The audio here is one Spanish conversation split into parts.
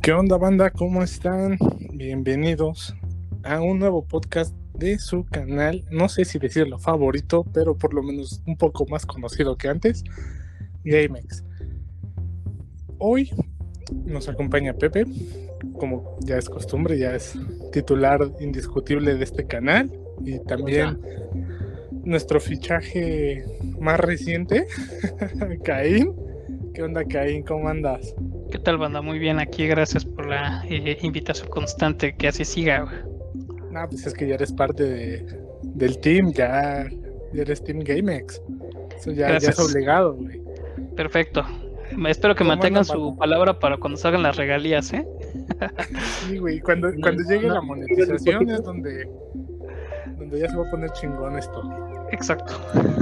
¿Qué onda, banda? ¿Cómo están? Bienvenidos a un nuevo podcast de su canal. No sé si decirlo favorito, pero por lo menos un poco más conocido que antes, GameX. Hoy nos acompaña Pepe, como ya es costumbre, ya es titular indiscutible de este canal, y también nuestro fichaje más reciente, Caín. ¿Qué onda, Caín? ¿Cómo andas? ¿Qué tal, banda? Muy bien, aquí gracias por la invitación constante, que así siga, güey. No, pues es que ya eres parte del team, ya eres Team GameX. Eso ya es Gracias. obligado, güey. Perfecto. Espero que ¿Cómo mantengan andan, su banda? palabra para cuando salgan las regalías, ¿eh? Sí, güey, cuando llegue la monetización es donde ya se va a poner chingón esto. Exacto.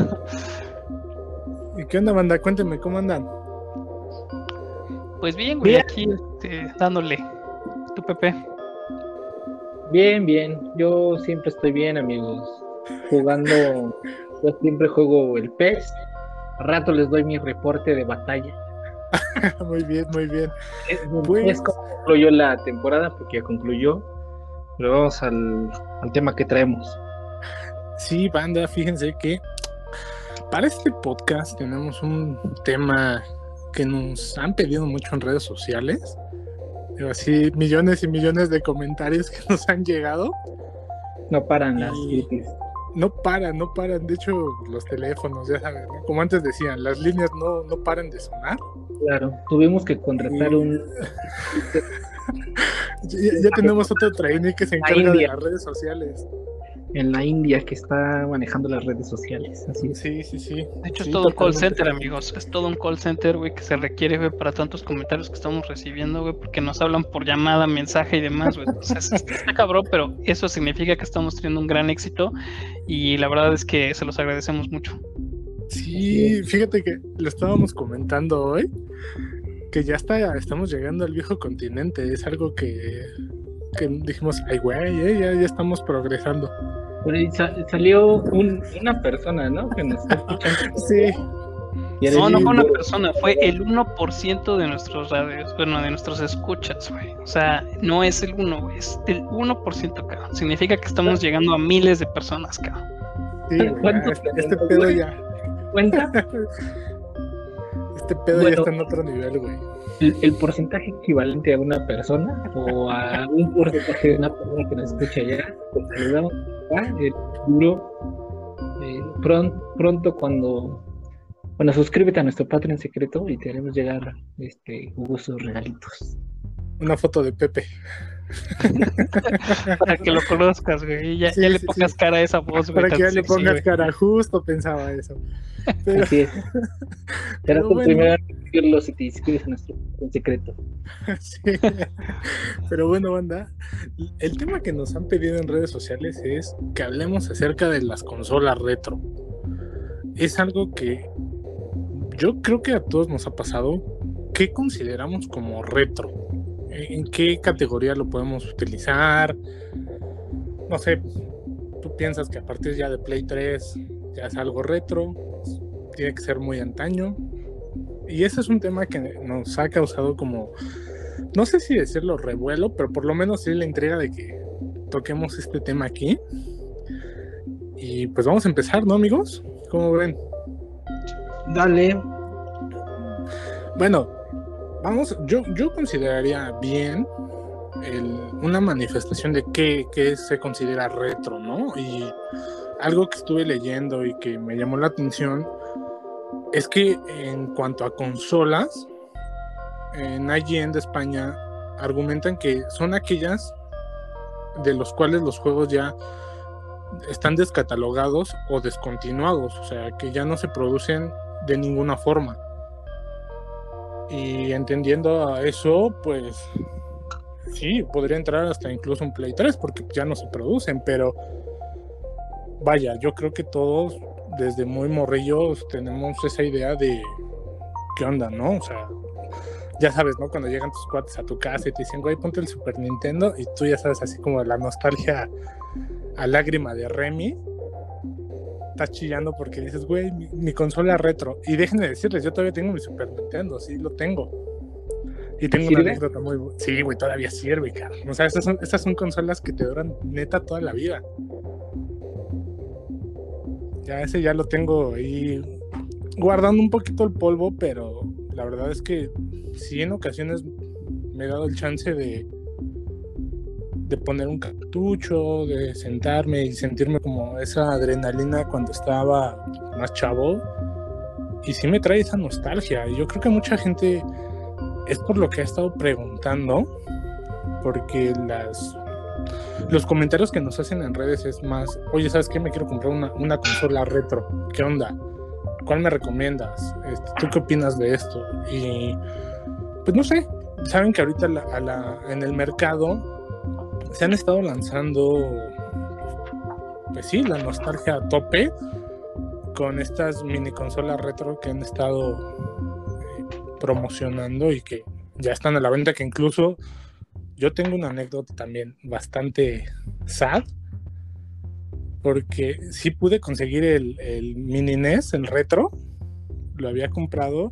¿Y qué onda, banda? Cuéntenme, ¿cómo andan? Pues bien, güey, Bien, aquí dándole. ¿Tú, Pepe? bien. Yo siempre estoy bien, amigos. Jugando, yo siempre juego el PES. A rato les doy mi reporte de batalla. Muy bien, muy bien. Es Pues como concluyó la temporada, porque ya concluyó. Pero vamos al tema que traemos. sí, banda, fíjense que para este podcast tenemos un tema que nos han pedido mucho en redes sociales. Así millones y millones de comentarios que nos han llegado. No paran las Y crisis. no paran. De hecho, los teléfonos, ya saben, ¿no? Como antes decían, las líneas no paran de sonar. Claro, tuvimos que contratar un Ya tenemos otro trainee que se encarga de India. las redes sociales. En la India que está manejando las redes sociales. Así es. Sí. De hecho, es Sí, todo un call totalmente. center, amigos. Es todo un call center, güey, que se requiere, güey, para tantos comentarios que estamos recibiendo, güey, porque nos hablan por llamada, mensaje y demás, güey. O sea, está cabrón, pero eso significa que estamos teniendo un gran éxito y la verdad es que se los agradecemos mucho. Sí, fíjate que lo estábamos comentando hoy, que ya estamos llegando al viejo continente. Es algo que dijimos, ay, güey, ya estamos progresando. Por ahí salió una persona, ¿no? Que nos está escuchando. Sí. Y era No el fue una duro. persona, fue el 1% de nuestros radios, bueno, de nuestros escuchas, güey. O sea, no es el 1, güey, es el 1%, cabrón. Significa que estamos llegando a miles de personas, cabrón. Sí, güey, ¿Cuántos este tenemos, pedo güey? ya. ¿Cuenta? Este pedo ya Bueno, está en otro nivel, güey. el porcentaje equivalente a una persona o a un porcentaje de una persona que nos escucha ya, pues saludamos a el duro. Pronto cuando suscríbete a nuestro Patreon secreto y te haremos llegar jugosos regalitos. Una foto de Pepe. Para que lo conozcas, güey. Ya le pongas cara a esa voz, güey. Para que ya Tan le sexy, pongas güey. cara, justo pensaba eso. Pero, Así es. Serás pero el bueno, primero en recibirlo si te inscribes a nuestro Patreon secreto. sí. Pero bueno, banda, el tema que nos han pedido en redes sociales es que hablemos acerca de las consolas retro. Es algo que yo creo que a todos nos ha pasado. ¿Qué consideramos como retro? ¿En qué categoría lo podemos utilizar? No sé, tú piensas que a partir ya de Play 3 ya es algo retro, tiene que ser muy antaño. Y ese es un tema que nos ha causado como, no sé si decirlo revuelo, pero por lo menos sí la intriga de que toquemos este tema aquí. Y pues vamos a empezar, ¿no, amigos? ¿Cómo ven? Dale. Bueno, vamos, yo consideraría bien una manifestación de qué se considera retro, ¿no? Y algo que estuve leyendo y que me llamó la atención es que en cuanto a consolas, en IGN de España argumentan que son aquellas de los cuales los juegos ya están descatalogados o descontinuados, o sea, que ya no se producen de ninguna forma. Y entendiendo a eso, pues sí, podría entrar hasta incluso un Play 3 porque ya no se producen, pero vaya, yo creo que todos desde muy morrillos tenemos esa idea de qué onda, ¿no? O sea, ya sabes, ¿no? Cuando llegan tus cuates a tu casa y te dicen, güey, ponte el Super Nintendo, y tú ya sabes, así como la nostalgia a lágrima de Remy, estás chillando porque dices, güey, mi consola retro. Y déjenme decirles, yo todavía tengo mi Super Nintendo, sí, lo tengo. Y tengo una ¿Sirve? anécdota muy... Sí, güey, todavía sirve, cabrón. O sea, estas son consolas que te duran neta toda la vida. Ya ese ya lo tengo ahí guardando un poquito el polvo, pero la verdad es que sí en ocasiones me he dado el chance de poner un cartucho, de sentarme y sentirme como esa adrenalina cuando estaba más chavo. Y sí me trae esa nostalgia. Y yo creo que mucha gente es por lo que ha estado preguntando, porque los comentarios que nos hacen en redes es más, oye, ¿sabes qué? Me quiero comprar una consola retro. ¿Qué onda? ¿Cuál me recomiendas? ¿Tú qué opinas de esto? Y pues no sé, saben que ahorita en el mercado se han estado lanzando, pues sí, la nostalgia a tope con estas mini consolas retro que han estado promocionando y que ya están a la venta, que incluso yo tengo una anécdota también bastante sad, porque sí pude conseguir el mini NES, el retro, lo había comprado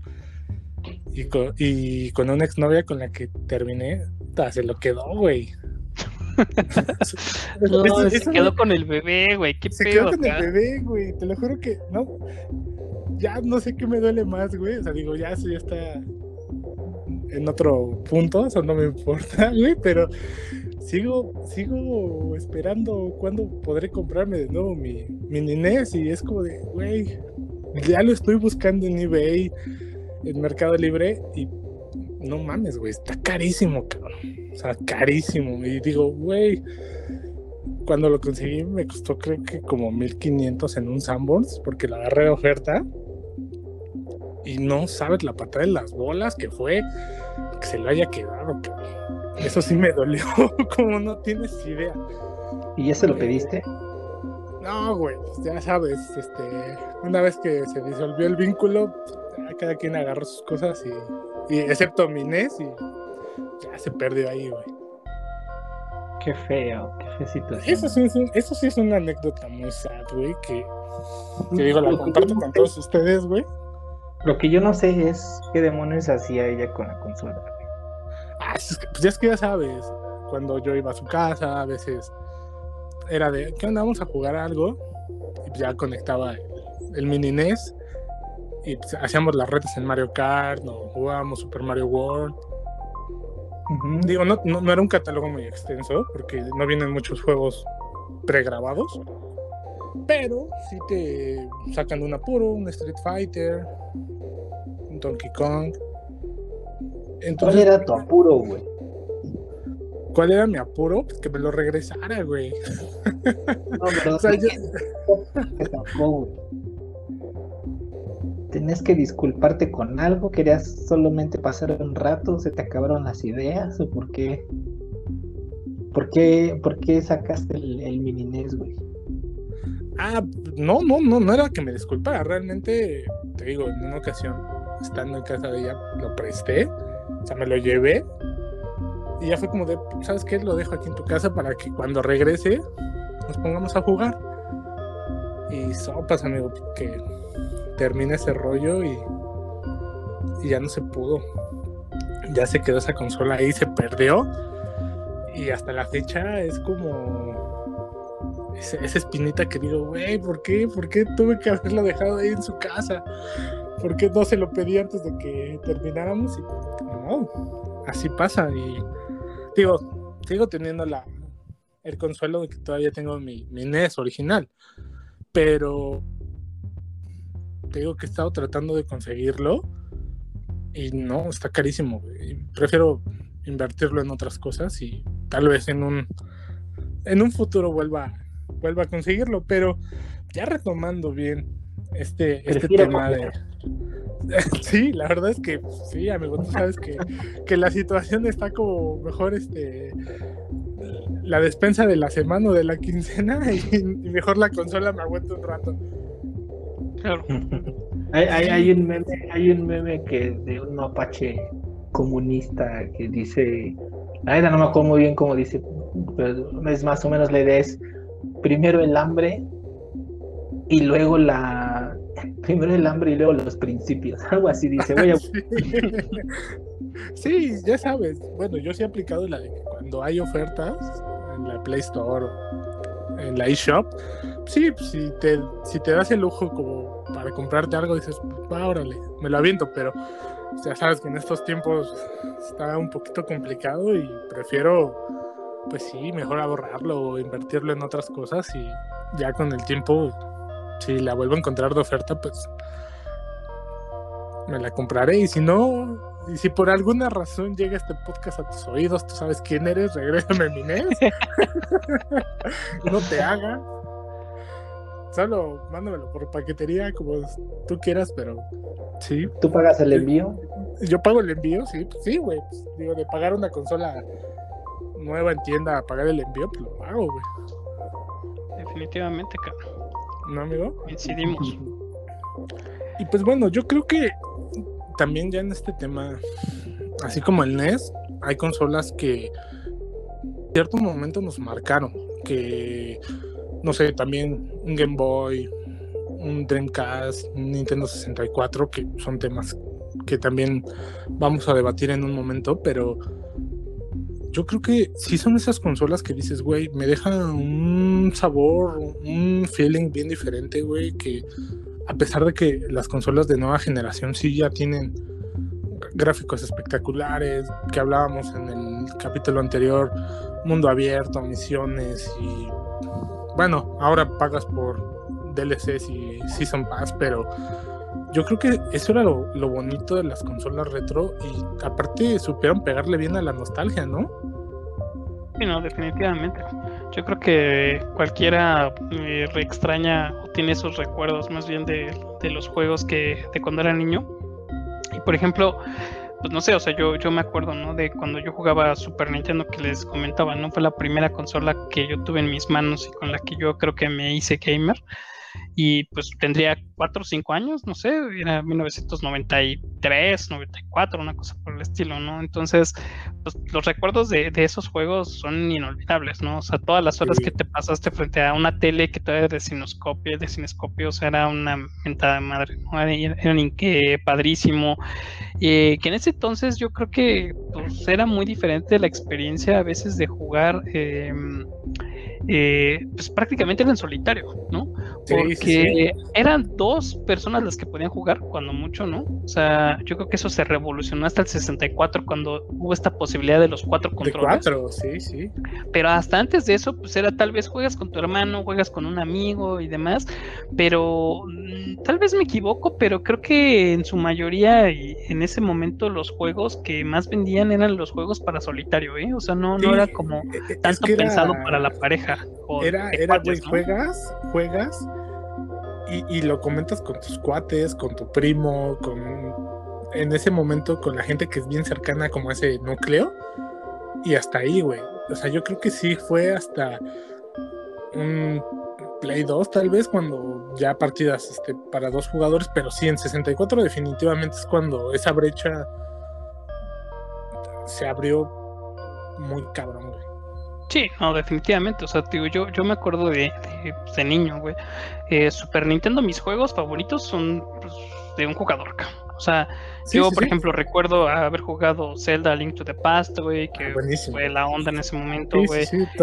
y con una exnovia con la que terminé, se lo quedó, güey. No, se quedó con el bebé, güey. ¿Qué Se pedo quedó con acá? el bebé, güey. Te lo juro que no. Ya no sé qué me duele más, güey. O sea, digo, ya eso ya está en otro punto. Eso no me importa, güey. Pero sigo esperando cuándo podré comprarme de nuevo mi NES. Y es como de, güey, ya lo estoy buscando en eBay, en Mercado Libre. Y no mames, güey. Está carísimo, cabrón. O sea, carísimo. Y digo, güey, cuando lo conseguí me costó creo que como 1500 en un Sanborns, porque la agarré de oferta. Y no sabes la patada de las bolas que fue que se lo haya quedado, cabrón. Eso sí me dolió, como no tienes idea. ¿Y ya se lo pediste? No, güey, ya sabes, una vez que se disolvió el vínculo, ya cada quien agarró sus cosas y excepto mi NES, y ya se perdió ahí, güey. Qué fea situación. Eso sí es una anécdota muy sad, güey, que digo, la comparto con todos ustedes, güey. Lo que yo no sé es qué demonios hacía ella con la consola. Pues ya es que ya sabes, cuando yo iba a su casa, a veces era de, ¿qué onda? Vamos a jugar algo. Y ya conectaba el mini NES y pues, hacíamos las retas en Mario Kart, o jugábamos Super Mario World. Uh-huh. Digo, no era un catálogo muy extenso, porque no vienen muchos juegos pregrabados, pero sí te sacan de un apuro, un Street Fighter, un Donkey Kong. Entonces, ¿cuál era tu apuro, güey? ¿cuál era mi apuro? Pues que me lo regresara, güey. No, pero O sea, te sacó, güey. ¿Tenías que disculparte con algo? ¿Querías solamente pasar un rato? ¿Se te acabaron las ideas? ¿O por qué? ¿Por qué sacaste el mini NES, güey? No era que me disculpara. Realmente, te digo, en una ocasión, estando en casa de ella, lo presté. O sea, me lo llevé. Y ya fue como de, ¿sabes qué? Lo dejo aquí en tu casa para que cuando regrese nos pongamos a jugar. Y sopas, amigo, que termine ese rollo y ya no se pudo. Ya se quedó esa consola ahí, se perdió. Y hasta la fecha es como esa espinita que digo, güey, ¿por qué tuve que haberlo dejado ahí en su casa? ¿Por qué no se lo pedí antes de que termináramos? Y no, así pasa. Y digo, sigo teniendo el consuelo de que todavía tengo mi NES original, pero te digo que he estado tratando de conseguirlo y no, está carísimo, güey. Prefiero invertirlo en otras cosas y tal vez en un futuro vuelva a conseguirlo, pero ya retomando bien este tema de... Sí, la verdad es que sí, amigo, tú sabes que la situación está como mejor la despensa de la semana o de la quincena y mejor la consola me aguanta un rato. Claro. Hay un meme que de un mapache comunista que dice, no me acuerdo muy bien cómo dice, pero es más o menos la idea es primero el hambre y luego primero el hambre y luego los principios, algo así dice. Sí, ya sabes. Bueno, yo sí he aplicado la de que cuando hay ofertas en la Play Store o en la eShop, sí, pues, si te das el lujo como para comprarte algo, dices, va, órale, me lo aviento, pero ya sabes que en estos tiempos está un poquito complicado y prefiero, pues sí, mejor ahorrarlo o invertirlo en otras cosas y ya con el tiempo, si la vuelvo a encontrar de oferta, pues me la compraré y si no, y si por alguna razón llega este podcast a tus oídos, tú sabes quién eres, regrésame mi NES. No te haga. Solo mándamelo por paquetería como tú quieras, pero sí. ¿Tú pagas el envío? Yo pago el envío, sí, pues sí, güey. Pues, digo, de pagar una consola nueva en tienda a pagar el envío, pues lo pago, güey. Definitivamente, cabrón. ¿No, amigo? Coincidimos. Y pues bueno, yo creo que también ya en este tema, así como el NES, hay consolas que en cierto momento nos marcaron, que no sé, también un Game Boy, un Dreamcast, un Nintendo 64, que son temas que también vamos a debatir en un momento, pero yo creo que sí son esas consolas que dices, güey, me dejan un sabor, un feeling bien diferente, güey, que a pesar de que las consolas de nueva generación sí ya tienen gráficos espectaculares, que hablábamos en el capítulo anterior, mundo abierto, misiones y bueno, ahora pagas por DLCs y Season Pass, pero yo creo que eso era lo bonito de las consolas retro y aparte supieron pegarle bien a la nostalgia, ¿no? Sí, no, definitivamente. Yo creo que cualquiera extraña o tiene esos recuerdos más bien de los juegos de cuando era niño. Y por ejemplo, pues no sé, o sea, yo me acuerdo, ¿no? De cuando yo jugaba Super Nintendo que les comentaba, ¿no? Fue la primera consola que yo tuve en mis manos y con la que yo creo que me hice gamer. Y pues tendría 4 o 5 años, no sé, era 1993, 94, una cosa por el estilo, ¿no? Entonces, pues los recuerdos de esos juegos son inolvidables, ¿no? O sea, todas las horas que te pasaste frente a una tele que todavía de cinescopio, o sea, era una mentada de madre, ¿no? Era padrísimo. Que en ese entonces yo creo que pues, era muy diferente la experiencia a veces de jugar pues prácticamente era en solitario, ¿no? Porque eran 2 personas las que podían jugar, cuando mucho, ¿no? O sea, yo creo que eso se revolucionó hasta el 64 cuando hubo esta posibilidad de los 4 controles. De 4, sí. Pero hasta antes de eso, pues era tal vez juegas con tu hermano, juegas con un amigo y demás, pero tal vez me equivoco, pero creo que en su mayoría y en ese momento los juegos que más vendían eran los juegos para solitario, ¿eh? O sea, no era como tanto pensado para la pareja. Era, güey, ¿no? Juegas y lo comentas con tus cuates, con tu primo, en ese momento con la gente que es bien cercana como ese núcleo y hasta ahí, güey. O sea, yo creo que sí fue hasta un Play 2 tal vez cuando ya partidas para 2 jugadores, pero sí en 64 definitivamente es cuando esa brecha se abrió muy cabrón, güey. Sí, no, definitivamente, o sea, digo, yo me acuerdo de niño, güey, Super Nintendo, mis juegos favoritos son pues, de un jugador, o sea, por ejemplo, recuerdo haber jugado Zelda Link to the Past, güey, que fue la onda en ese momento, güey,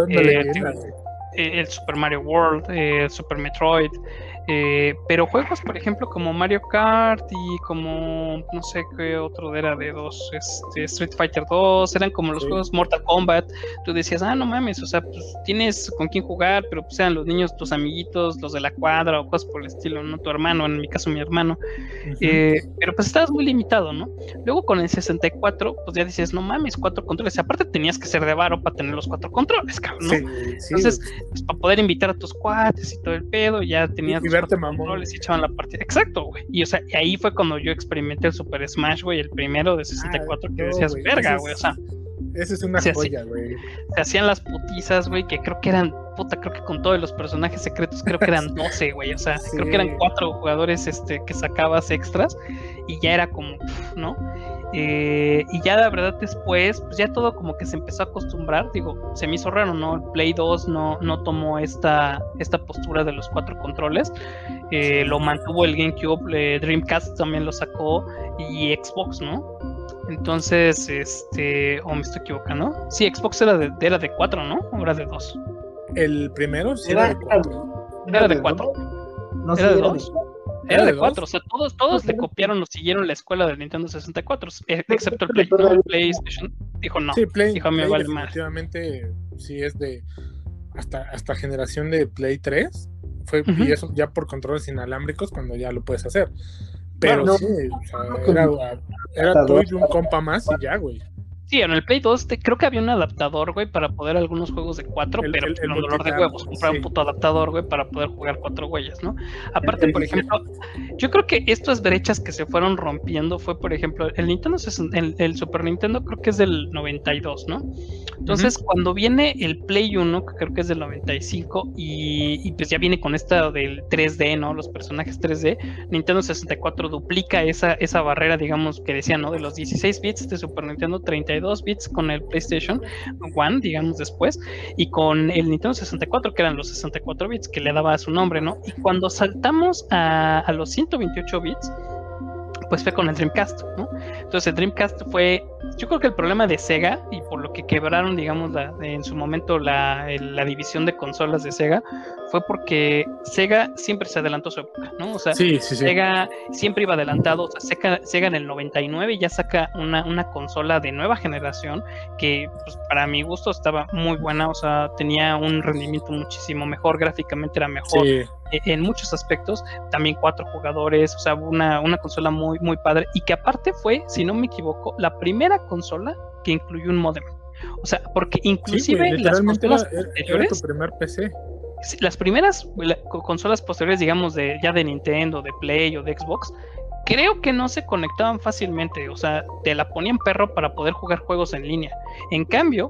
el Super Mario World, el Super Metroid, pero juegos, por ejemplo, como Mario Kart y como, no sé qué otro era de 2, Street Fighter 2, eran como los juegos Mortal Kombat, tú decías, no mames, o sea, pues tienes con quién jugar, pero pues eran los niños, tus amiguitos, los de la cuadra o cosas por el estilo, no tu hermano, en mi caso mi hermano, pero pues estabas muy limitado, ¿no? Luego con el 64, pues ya dices, no mames, 4 controles, y aparte tenías que ser de varo para tener los 4 controles, cabrón, ¿no? Entonces, pues, para poder invitar a tus cuates y todo el pedo, ya tenías controles y echaban la partida. Exacto, güey. Y o sea, y ahí fue cuando yo experimenté el Super Smash, güey, el primero de 64, que decías, verga, güey, o sea. Esa es una joya, güey. Se hacían las putizas, güey, que creo que eran, creo que con todos los personajes secretos, creo que eran 12, güey, o sea, creo que eran 4 jugadores que sacabas extras y ya era como, ¿no? Y ya la verdad después, pues ya todo como que se empezó a acostumbrar, digo, se me hizo raro, ¿no? El Play 2 no tomó esta postura de los 4 controles, lo mantuvo el GameCube, Dreamcast también lo sacó y Xbox, ¿no? Entonces, o me estoy equivocando. Sí, Xbox era de 4, ¿no? ¿O era de 2? El primero sí era de 4. Era de 4. No sé, ¿Era de era 2? ¿Era Era de de 4, o dos? sea, todos le copiaron o siguieron la escuela del Nintendo 64, excepto el Play, ¿no? El PlayStation dijo no, Sí, Play dijo me vale más. definitivamente sí es de hasta generación de Play 3 fue, Ujú. y eso ya por controles inalámbricos cuando ya lo puedes hacer. Pero Bueno, sí, o sea, era tú y un compa más y ya, güey. Sí, en el Play 2 creo que había un adaptador, güey, para poder algunos juegos de 4, pero pues, El era un dolor de multitap, huevos comprar sí. un puto adaptador, güey, para poder jugar 4 güeyes, ¿no? Aparte, por ejemplo, yo creo que estas brechas que se fueron rompiendo fue, por ejemplo, el Super Nintendo creo que es del 92, ¿no? Entonces, cuando viene el Play 1, que creo que es del 95, y pues ya viene con esta del 3D, ¿no? Los personajes 3D, Nintendo 64 duplica esa barrera, digamos, que decía, ¿no? De los 16 bits de Super Nintendo, 32 bits con el PlayStation One, digamos, después, y con el Nintendo 64, que eran los 64 bits, que le daba su nombre, ¿no? Y cuando saltamos a los 128 bits, pues fue con el Dreamcast, ¿no? Entonces el Dreamcast fue, yo creo que el problema de Sega, y por lo que quebraron, digamos, en su momento la división de consolas de Sega, fue porque Sega siempre se adelantó a su época, ¿no? O sea, Sí. Sega siempre iba adelantado, o sea, Sega en el 99 ya saca una consola de nueva generación que, pues, para mi gusto estaba muy buena, o sea, tenía un rendimiento muchísimo mejor, gráficamente era mejor. Sí. En muchos aspectos, también 4 jugadores, o sea, una consola muy, muy padre, y que aparte fue, si no me equivoco, la primera consola que incluyó un modem. O sea, porque inclusive Sí, las literalmente consolas era posteriores, tu primer PC. las primeras consolas posteriores, digamos, ya de Nintendo, de Play o de Xbox, creo que no se conectaban fácilmente, o sea, te la ponían perro para poder jugar juegos en línea. En cambio,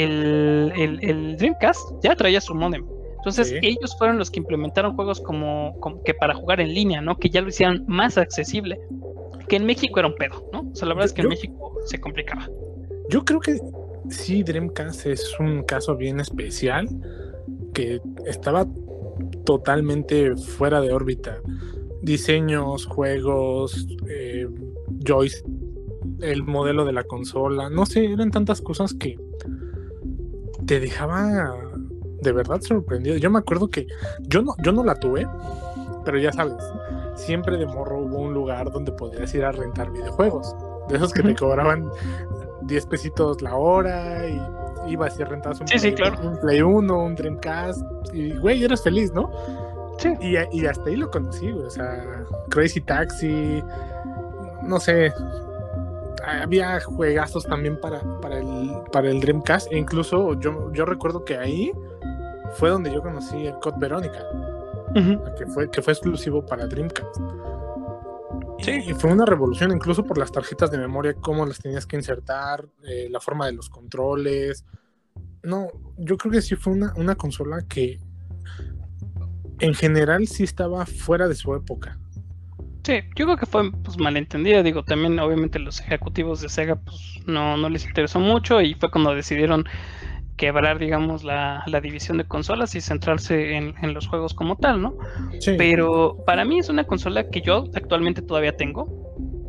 el Dreamcast ya traía su modem. Entonces, Sí. ellos fueron los que implementaron juegos como que para jugar en línea, ¿no? Que ya lo hicieran más accesible. Que en México era un pedo, ¿no? O sea, la verdad es que en México se complicaba. Yo creo que sí, Dreamcast es un caso bien especial que estaba totalmente fuera de órbita. Diseños, juegos, joystick, el modelo de la consola, no sé, eran tantas cosas que te dejaba de verdad sorprendido. Yo me acuerdo que yo no la tuve, pero ya sabes, siempre de morro hubo un lugar donde podías ir a rentar videojuegos, de esos que te cobraban 10 pesitos la hora y ibas y rentabas un, claro. un Play 1, un Dreamcast y güey, eras feliz, ¿no? Sí. Y hasta ahí lo conocí, güey, o sea, Crazy Taxi, no sé, había juegazos también para el Dreamcast, e incluso yo recuerdo que ahí fue donde yo conocí el Code Verónica, que fue exclusivo para Dreamcast. Sí. Y fue una revolución, incluso por las tarjetas de memoria, cómo las tenías que insertar, la forma de los controles. No, yo creo que sí fue una consola que en general sí estaba fuera de su época. Sí, yo creo que fue pues malentendida, digo, también obviamente los ejecutivos de Sega pues no les interesó mucho y fue cuando decidieron quebrar, digamos, la división de consolas y centrarse en los juegos como tal, ¿no? Sí. Pero para mí es una consola que yo actualmente todavía tengo.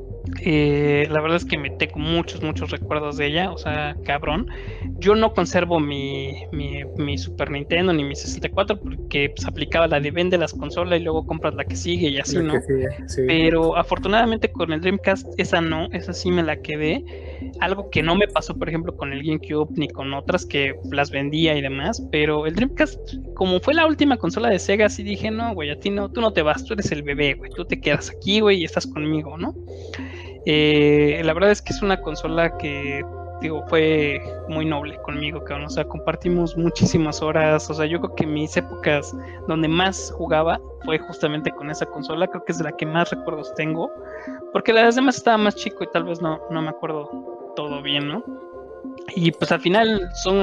La verdad es que me tengo muchos recuerdos de ella, o sea, cabrón. Yo no conservo mi Super Nintendo ni mi 64 porque pues, aplicaba la de vende las consolas y luego compras la que sigue y así, ¿no? Sí. Pero afortunadamente con el Dreamcast esa sí me la quedé. Algo que no me pasó, por ejemplo, con el GameCube ni con otras que las vendía y demás, pero el Dreamcast, como fue la última consola de Sega, sí dije, no, güey, a ti no, tú no te vas, tú eres el bebé, güey, tú te quedas aquí, güey, y estás conmigo, ¿no? La verdad es que es una consola que, digo, fue muy noble conmigo, cabrón. O sea, compartimos muchísimas horas. O sea, yo creo que mis épocas donde más jugaba fue justamente con esa consola. Creo que es de la que más recuerdos tengo. Porque las demás estaba más chico y tal vez no me acuerdo todo bien, ¿no? Y pues al final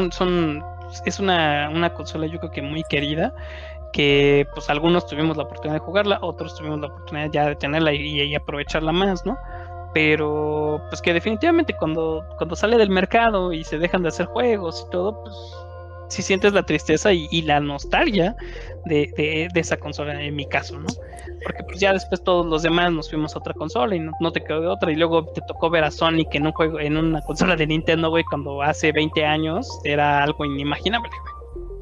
es una consola yo creo que muy querida, que pues algunos tuvimos la oportunidad de jugarla, otros tuvimos la oportunidad ya de tenerla y aprovecharla más, ¿no? Pero pues que definitivamente cuando sale del mercado y se dejan de hacer juegos y todo, pues sí sientes la tristeza y la nostalgia de esa consola, en mi caso, ¿no? Porque pues ya después todos los demás nos fuimos a otra consola y no te quedó de otra, y luego te tocó ver a Sonic en un juego, en una consola de Nintendo, güey, cuando hace 20 años era algo inimaginable, güey.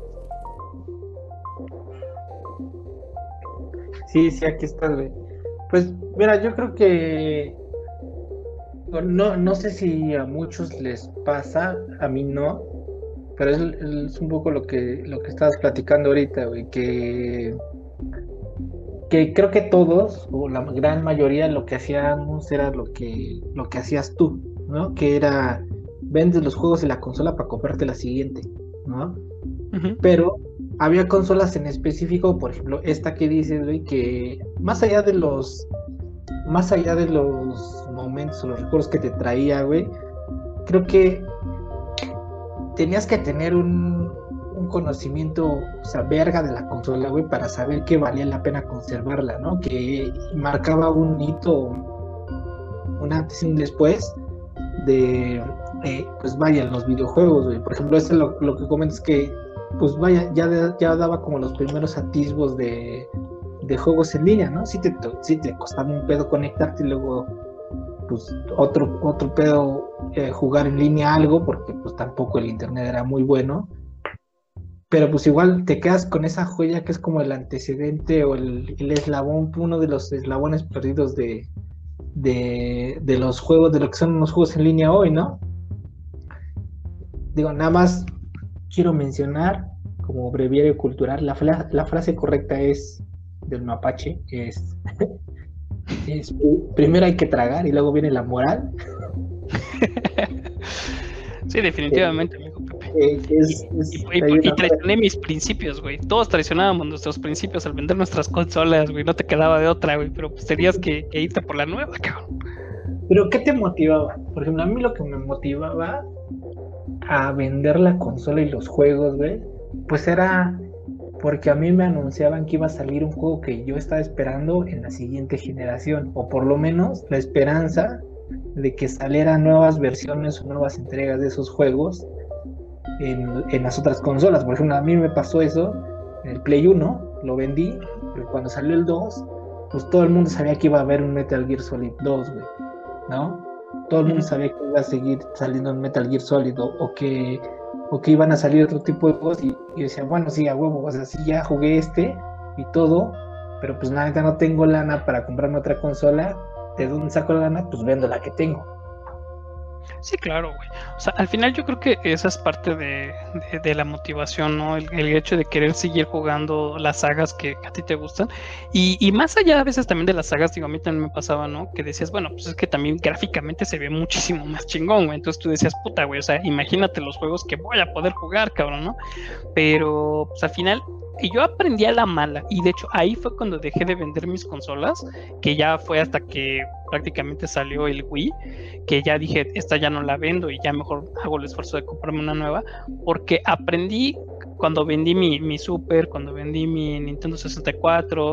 Sí, aquí estás, güey. Pues mira, yo creo que no sé si a muchos les pasa, a mí no, pero es un poco lo que estabas platicando ahorita, güey, que creo que todos, o la gran mayoría, lo que hacíamos era lo que hacías tú, ¿no? Que era, vendes los juegos y la consola para comprarte la siguiente, ¿no? Uh-huh. Pero había consolas en específico, por ejemplo, esta que dices, güey, que más allá de los momentos o los recuerdos que te traía, güey, creo que tenías que tener un conocimiento, o sea, verga de la consola, güey, para saber que valía la pena conservarla, ¿no? Que marcaba un hito, un antes y un después de, pues vaya, los videojuegos, güey. Por ejemplo, lo que comentas que, pues vaya, ya daba como los primeros atisbos de juegos en línea, ¿no? Sí te costaba un pedo conectarte y luego, pues, otro pedo jugar en línea algo, porque pues tampoco el internet era muy bueno. Pero pues igual te quedas con esa joya que es como el antecedente o el eslabón, uno de los eslabones perdidos de los juegos, de lo que son los juegos en línea hoy, ¿no? Digo, nada más quiero mencionar, como breviario cultural, la frase correcta es del mapache, que es primero hay que tragar y luego viene la moral. Sí, definitivamente, amigo Pepe. Y traicioné mis principios, güey. Todos traicionábamos nuestros principios al vender nuestras consolas, güey. No te quedaba de otra, güey. Pero pues tenías que irte por la nueva, cabrón. ¿Pero qué te motivaba? Por ejemplo, a mí lo que me motivaba a vender la consola y los juegos, güey, pues era porque a mí me anunciaban que iba a salir un juego que yo estaba esperando en la siguiente generación, o por lo menos la esperanza de que salieran nuevas versiones o nuevas entregas de esos juegos en las otras consolas. Por ejemplo, a mí me pasó eso en el Play 1, lo vendí, pero cuando salió el 2, pues todo el mundo sabía que iba a haber un Metal Gear Solid 2, güey, ¿no? Todo el mundo sabía que iba a seguir saliendo un Metal Gear Solid o que iban a salir otro tipo de juegos, y yo decía, bueno, sí, a huevo, o sea, sí, ya jugué y todo, pero pues nada, no tengo lana para comprarme otra consola. ¿De dónde saco la lana? Pues vendo la que tengo. Sí, claro, güey. O sea, al final yo creo que esa es parte de la motivación, ¿no? El hecho de querer seguir jugando las sagas que a ti te gustan. Y más allá a veces también de las sagas, digo, a mí también me pasaba, ¿no? Que decías, bueno, pues es que también gráficamente se ve muchísimo más chingón, güey. Entonces tú decías, puta, güey, o sea, imagínate los juegos que voy a poder jugar, cabrón, ¿no? Pero, pues al final... Y yo aprendí a la mala, y de hecho ahí fue cuando dejé de vender mis consolas, que ya fue hasta que prácticamente salió el Wii, que ya dije, esta ya no la vendo y ya mejor hago el esfuerzo de comprarme una nueva, porque aprendí cuando vendí mi Super, cuando vendí mi Nintendo 64,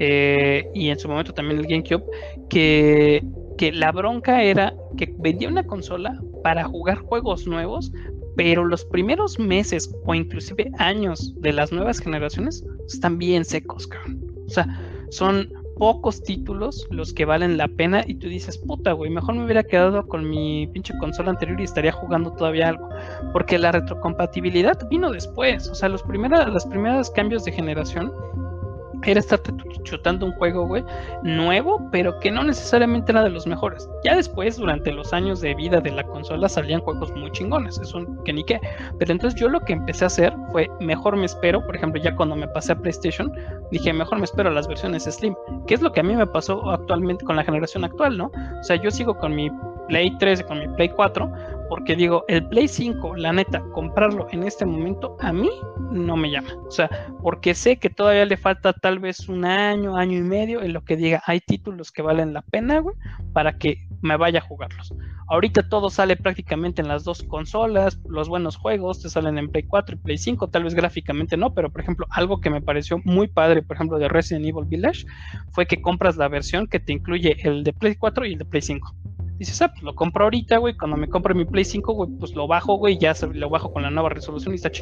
y en su momento también el GameCube, que la bronca era que vendía una consola para jugar juegos nuevos, pero los primeros meses o inclusive años de las nuevas generaciones están bien secos, cabrón. O sea, son pocos títulos los que valen la pena y tú dices, puta, güey, mejor me hubiera quedado con mi pinche consola anterior y estaría jugando todavía algo. Porque la retrocompatibilidad vino después. O sea, los primeros cambios de generación era estarte chutando un juego, güey, nuevo, pero que no necesariamente era de los mejores. Ya después, durante los años de vida de la consola, salían juegos muy chingones, eso que ni qué. Pero entonces yo lo que empecé a hacer fue, mejor me espero, por ejemplo, ya cuando me pasé a PlayStation, dije, mejor me espero a las versiones Slim, que es lo que a mí me pasó actualmente con la generación actual, ¿no? O sea, yo sigo con mi Play 3 y con mi Play 4, porque digo, el Play 5, la neta, comprarlo en este momento a mí no me llama. O sea, porque sé que todavía le falta tal vez un año y medio en lo que diga, hay títulos que valen la pena, güey, para que me vaya a jugarlos. Ahorita todo sale prácticamente en las dos consolas, los buenos juegos te salen en Play 4 y Play 5, tal vez gráficamente no, pero por ejemplo, algo que me pareció muy padre, por ejemplo, de Resident Evil Village, fue que compras la versión que te incluye el de Play 4 y el de Play 5. Dices, pues lo compro ahorita, güey, cuando me compre mi Play 5, güey, pues lo bajo, güey, ya lo bajo con la nueva resolución y está chingón.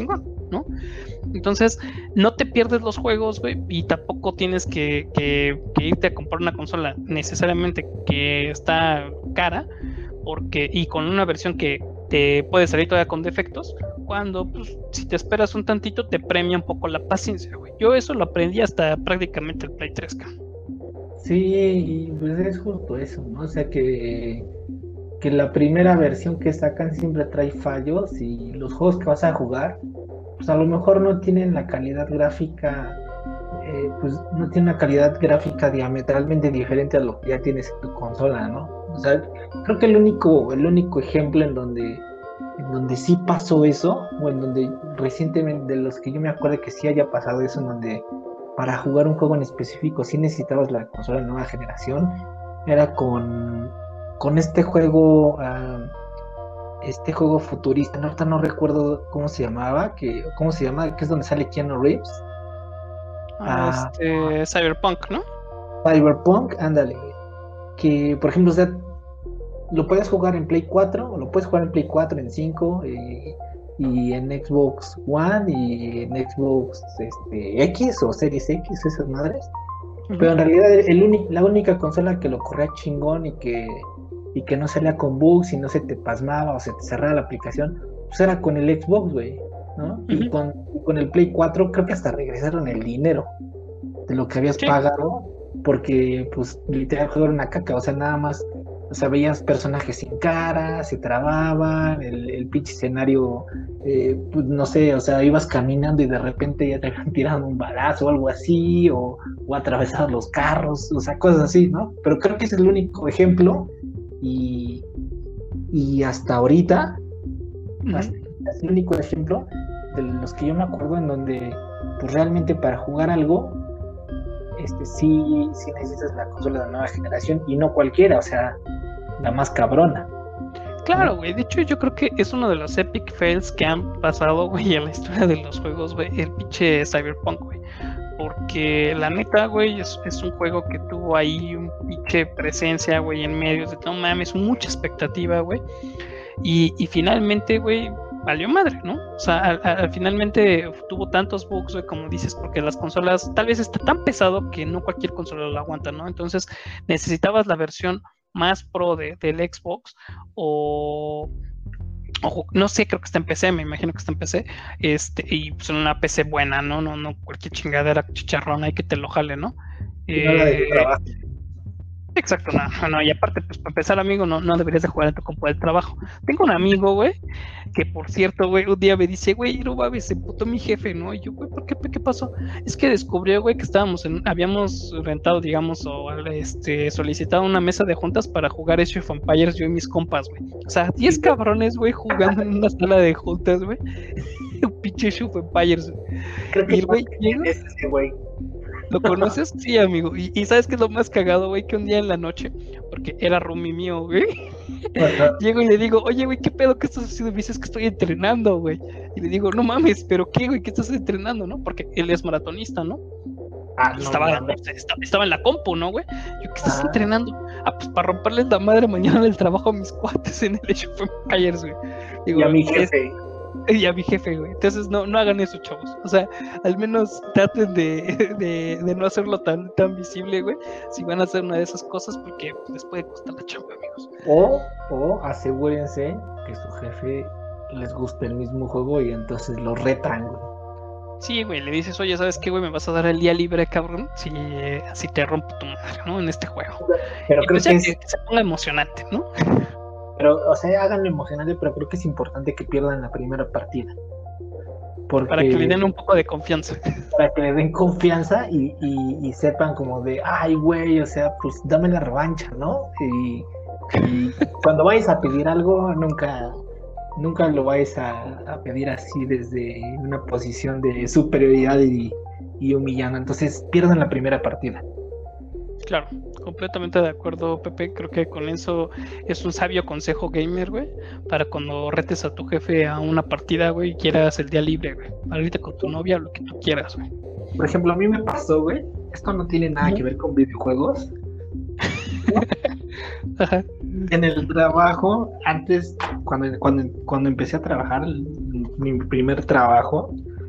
¿no? Entonces, no te pierdes los juegos, güey, y tampoco tienes que irte a comprar una consola necesariamente que está cara, y con una versión que te puede salir todavía con defectos, cuando, pues, si te esperas un tantito, te premia un poco la paciencia, güey. Yo eso lo aprendí hasta prácticamente el Play 3, cabrón. Sí, y pues es justo eso, ¿no? O sea que la primera versión que sacan siempre trae fallos y los juegos que vas a jugar, pues a lo mejor no tienen la calidad gráfica, pues no tiene una calidad gráfica diametralmente diferente a lo que ya tienes en tu consola, ¿no? O sea, creo que el único ejemplo en donde sí pasó eso, o en donde recientemente, de los que yo me acuerdo que sí haya pasado eso, en donde para jugar un juego en específico sí necesitabas la consola de nueva generación, era con este juego, futurista, ahorita no recuerdo cómo se llama, que es donde sale Keanu Reeves. Cyberpunk, ¿no? Cyberpunk, ándale, que por ejemplo, o sea, lo puedes jugar en Play 4, o lo puedes jugar en Play 4, en 5, y en Xbox One, y en Xbox X o Series X, esas madres. Pero en realidad la única consola que lo corría chingón y que no salía con bugs y no se te pasmaba o se te cerraba la aplicación, pues era con el Xbox, güey, ¿no? Y con el Play 4 creo que hasta regresaron el dinero de lo que habías pagado, porque pues literal el juego era una caca, o sea, nada más, o sea, veías personajes sin cara, se trababan, el pinche escenario, pues no sé, o sea, ibas caminando y de repente ya te habían tirado un balazo o algo así, o atravesado los carros, o sea, cosas así, ¿no? Pero creo que ese es el único ejemplo, y hasta ahorita, es el único ejemplo de los que yo me acuerdo en donde, pues realmente para jugar algo, sí necesitas la consola de nueva generación, y no cualquiera, o sea, la más cabrona. Claro, güey, de hecho yo creo que es uno de los epic fails que han pasado, güey, en la historia de los juegos, güey, el pinche Cyberpunk, güey. Porque la neta, güey, es un juego que tuvo ahí un pinche presencia, güey, en medios de no mames, mucha expectativa, güey. Y finalmente, güey, valió madre, ¿no? O sea, finalmente tuvo tantos bugs, güey, como dices, porque las consolas tal vez está tan pesado que no cualquier consola lo aguanta, ¿no? Entonces necesitabas la versión más pro del Xbox, o no sé, creo que está en PC, me imagino que está en PC, y pues en una PC buena, no cualquier chingadera chicharrona y que te lo jale, ¿no? No la de trabajo. Exacto, no, y aparte, pues para empezar, amigo, no deberías de jugar en tu compu del trabajo. Tengo un amigo, güey, que por cierto, güey, un día me dice, güey, no mames, se emputó mi jefe, ¿no? Y yo, güey, ¿por qué? ¿Qué pasó? Es que descubrió, güey, que habíamos rentado, digamos, o solicitado una mesa de juntas para jugar Age of Empires, yo y mis compas, güey. O sea, 10 cabrones, güey, jugando en una sala de juntas, güey. Un pinche Age of Empires, güey. Creo que y el güey llega. Ese güey. ¿Lo conoces? Sí, amigo. Y ¿sabes qué es lo más cagado, güey? Que un día en la noche, porque era roomie mío, güey, llego y le digo, oye, güey, ¿qué pedo? ¿Qué estás haciendo? Me dices que estoy entrenando, güey. Y le digo, no mames, ¿pero qué, güey? ¿Qué estás entrenando, no? Porque él es maratonista, ¿no? Estaba en la compu, ¿no, güey? Yo, ¿qué estás entrenando? Pues para romperles la madre mañana en el trabajo a mis cuates en el Age of Empires, güey. Digo, y a mi jefe. Y a mi jefe, güey. Entonces no hagan eso, chavos. O sea, al menos traten de no hacerlo tan visible, güey. Si van a hacer una de esas cosas, porque les puede costar la chamba, amigos. O asegúrense que su jefe les guste el mismo juego y entonces lo retan, güey. Sí, güey, le dices, oye, ¿sabes qué, güey? Me vas a dar el día libre, cabrón, si así te rompo tu madre, ¿no? En este juego. Pero creo que se ponga emocionante, ¿no? Pero, o sea, háganlo emocionante, pero creo que es importante que pierdan la primera partida. Para que le den un poco de confianza. Para que le den confianza y sepan como de, ay, güey, o sea, pues dame la revancha, ¿no? Y cuando vayas a pedir algo, nunca lo vayas a pedir así desde una posición de superioridad y humillando. Entonces, pierdan la primera partida. Claro, completamente de acuerdo, Pepe. Creo que con eso es un sabio consejo gamer, güey, para cuando retes a tu jefe a una partida, güey, y quieras el día libre, güey, para irte con tu novia o lo que tú quieras, güey. Por ejemplo, a mí me pasó, güey, esto no tiene nada que ver con videojuegos. Ajá. En el trabajo, antes, cuando empecé a trabajar, mi primer trabajo,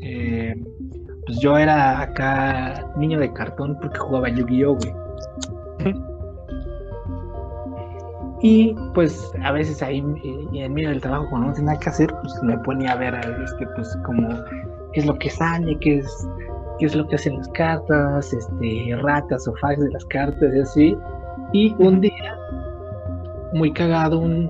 pues yo era acá niño de cartón porque jugaba Yu-Gi-Oh, güey. Y pues a veces ahí en medio del trabajo, cuando no tenía nada que hacer, pues me ponía a ver pues como qué es lo que sale, qué es lo que hacen las cartas, ratas o fags de las cartas y así. Y un día, muy cagado, un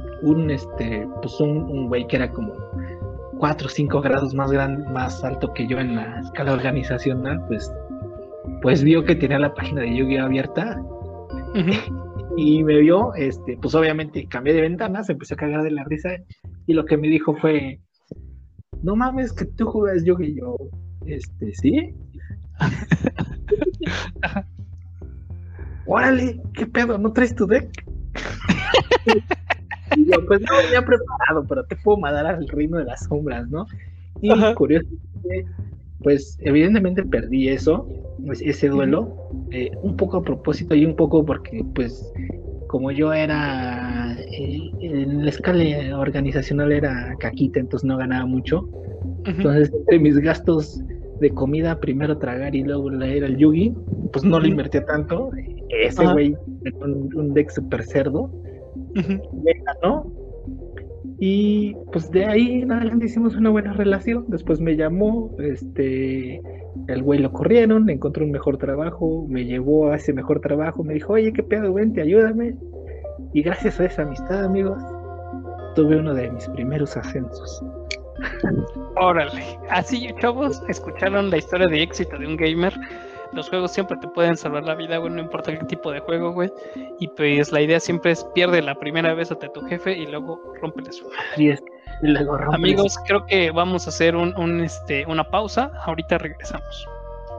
güey que era como 4 o 5 grados más alto que yo en la escala organizacional, pues vio que tenía la página de Yu-Gi-Oh abierta. Y me vio, pues obviamente cambié de ventana, se empezó a cagar de la risa y lo que me dijo fue, no mames que tú juegas Yu-Gi-Oh, ¿sí? Órale, ¿qué pedo? ¿No traes tu deck? Y yo, pues no venía preparado, pero te puedo mandar al reino de las sombras, ¿no? Y curiosamente, pues evidentemente perdí ese duelo, un poco a propósito y un poco porque, pues, como yo era, en la escala organizacional era caquita, entonces no ganaba mucho. Entonces, entre mis gastos de comida, primero tragar y luego leer el Yugi, pues no le invertía tanto. Ese güey, un deck super cerdo, me ganó. Y pues de ahí en adelante hicimos una buena relación. Después me llamó, el güey lo corrieron, encontró un mejor trabajo, me llevó a ese mejor trabajo, me dijo, oye, qué pedo, vente, ayúdame. Y gracias a esa amistad, amigos, tuve uno de mis primeros ascensos. Órale, así chavos, escucharon la historia de éxito de un gamer. Los juegos siempre te pueden salvar la vida, güey, no importa qué tipo de juego, güey. Y pues la idea siempre es pierde la primera vez ante tu jefe y luego rómpele su madre. Y luego amigos, creo que vamos a hacer una pausa. Ahorita regresamos.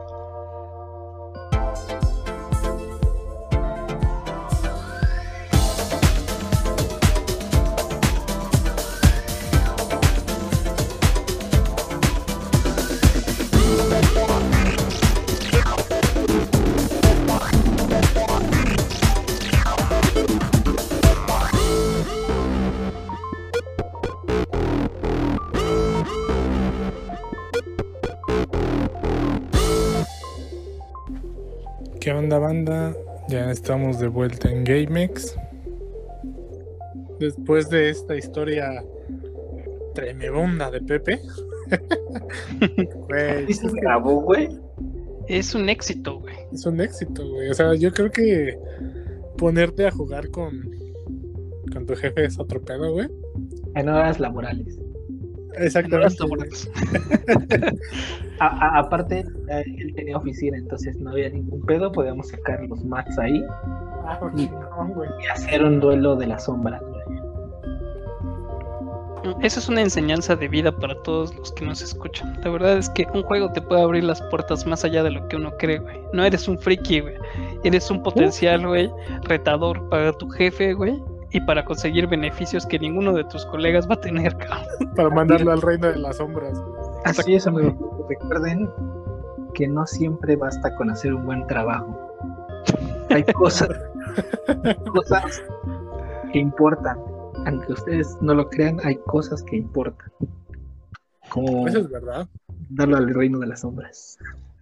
¿Qué onda, banda? Ya estamos de vuelta en GameX. Después de esta historia tremenda de Pepe. Güey, ¿se grabó, güey? Es un éxito, güey. Es un éxito, güey. O sea, yo creo que ponerte a jugar con tu jefe es otro pedo, güey. En horas laborales. Exactamente. Aparte, él tenía oficina, entonces no había ningún pedo, podíamos sacar los mats ahí y hacer un duelo de las sombras, güey. Eso es una enseñanza de vida para todos los que nos escuchan. La verdad es que un juego te puede abrir las puertas más allá de lo que uno cree, güey. No eres un friki, güey. Eres un potencial, güey, retador para tu jefe, güey. Y para conseguir beneficios que ninguno de tus colegas va a tener, cabrón. Para mandarlo al reino de las sombras. Así es, amigos. Recuerden que no siempre basta con hacer un buen trabajo. Hay cosas que importan. Aunque ustedes no lo crean, hay cosas que importan. Como eso es verdad. Darlo al reino de las sombras.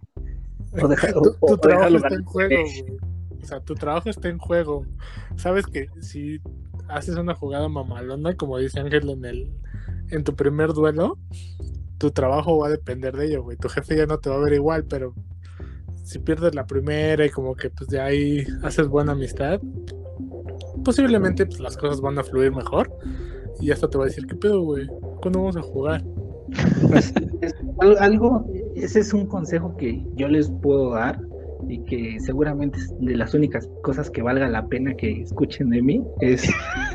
Tu trabajo está en juego, güey. O sea, tu trabajo está en juego. Sabes que si haces una jugada mamalona, como dice Ángel en tu primer duelo, tu trabajo va a depender de ello, güey. Tu jefe ya no te va a ver igual, pero si pierdes la primera y como que pues de ahí haces buena amistad, posiblemente pues las cosas van a fluir mejor y hasta te va a decir, ¿qué pedo, güey? ¿Cuándo vamos a jugar? Pues, ese es un consejo que yo les puedo dar y que seguramente es de las únicas cosas que valga la pena que escuchen de mí, es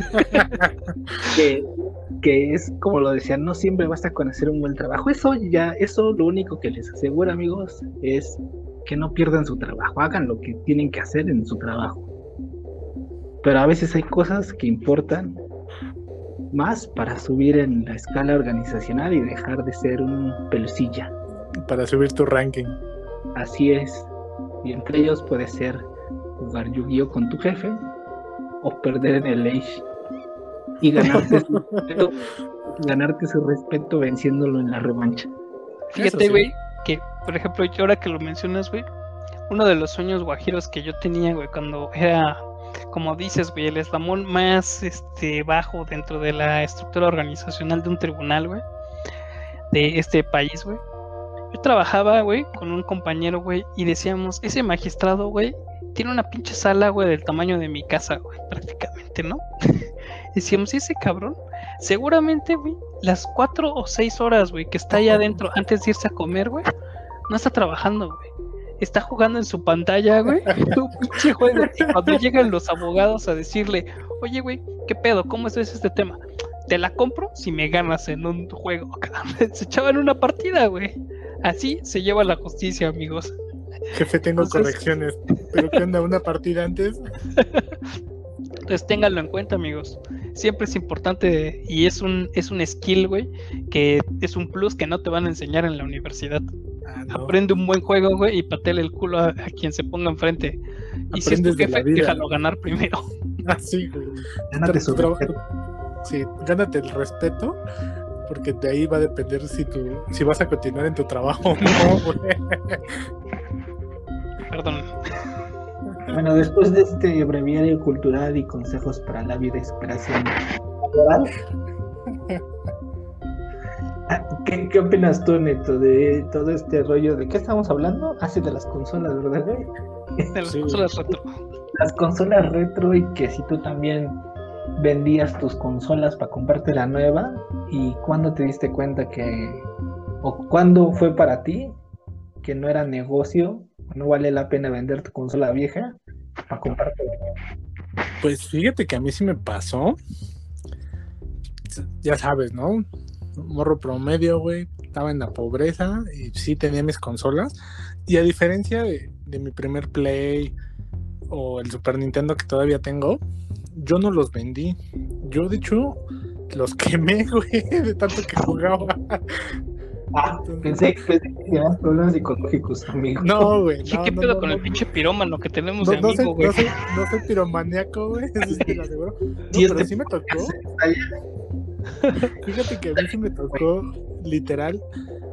que es como lo decía, no siempre basta con hacer un buen trabajo. Eso lo único que les aseguro, amigos, es que no pierdan su trabajo, hagan lo que tienen que hacer en su trabajo. Pero a veces hay cosas que importan más para subir en la escala organizacional y dejar de ser un pelucilla. Para subir tu ranking. Así es. Y entre ellos puede ser jugar Yu-Gi-Oh con tu jefe o perder en el Age y ganarte su respeto venciéndolo en la revancha. Fíjate, sí. güey, que por ejemplo, yo ahora que lo mencionas, güey, uno de los sueños guajiros que yo tenía, güey, cuando era, como dices, güey, el eslabón más bajo dentro de la estructura organizacional de un tribunal, güey, de este país, güey. Yo trabajaba, güey, con un compañero, güey, y decíamos, ese magistrado, güey, tiene una pinche sala, güey, del tamaño de mi casa, güey, prácticamente, ¿no? Decíamos, ese cabrón, seguramente, güey, las 4 o 6 horas, güey, que está allá adentro antes de irse a comer, güey, no está trabajando, güey. Está jugando en su pantalla, güey, un pinche juego. Y cuando llegan los abogados a decirle, oye, güey, ¿qué pedo? ¿Cómo es este tema? Te la compro si me ganas en un juego. Se echaban una partida, güey. Así se lleva la justicia, amigos. Jefe, tengo Entonces- correcciones. ¿Pero qué onda? ¿Una partida antes? Entonces ténganlo en cuenta, amigos. Siempre es importante y es un skill, güey, que es un plus que no te van a enseñar en la universidad. Ah, no. Aprende un buen juego, güey, y patele el culo a quien se ponga enfrente. Y si es tu Aprendes de la jefe, vida. déjalo ganar primero. Así, güey. Gánate su Pero- respeto. Sí, gánate el respeto, porque de ahí va a depender si vas a continuar en tu trabajo o no, güey. Perdón. Bueno, después de este breviario cultural y consejos para la vida y superación laboral, ¿qué opinas tú, Neto, de todo este rollo? ¿De qué estamos hablando? Así de las consolas, ¿verdad, güey? De las Sí. consolas retro. Las consolas retro y que si tú también vendías tus consolas para comprarte la nueva y cuándo te diste cuenta o cuándo fue para ti que no era negocio, no vale la pena vender tu consola vieja para comprarte la nueva. Pues fíjate que a mí sí me pasó. Ya sabes, ¿no? Morro promedio, güey. Estaba en la pobreza y sí tenía mis consolas. Y a diferencia de mi primer Play o el Super Nintendo que todavía tengo, yo no los vendí. Yo, de hecho, los quemé, güey, de tanto que jugaba. Pensé que tenías problemas psicológicos, amigo. No, güey. Sí, No, ¿qué no, pedo no, con no, el pinche pirómano que tenemos no, de no amigo, soy, güey? no soy piromaníaco, güey. Eso sí te lo aseguro. No, Sí, pero sí me tocó. Fíjate que a mí sí me tocó, literal.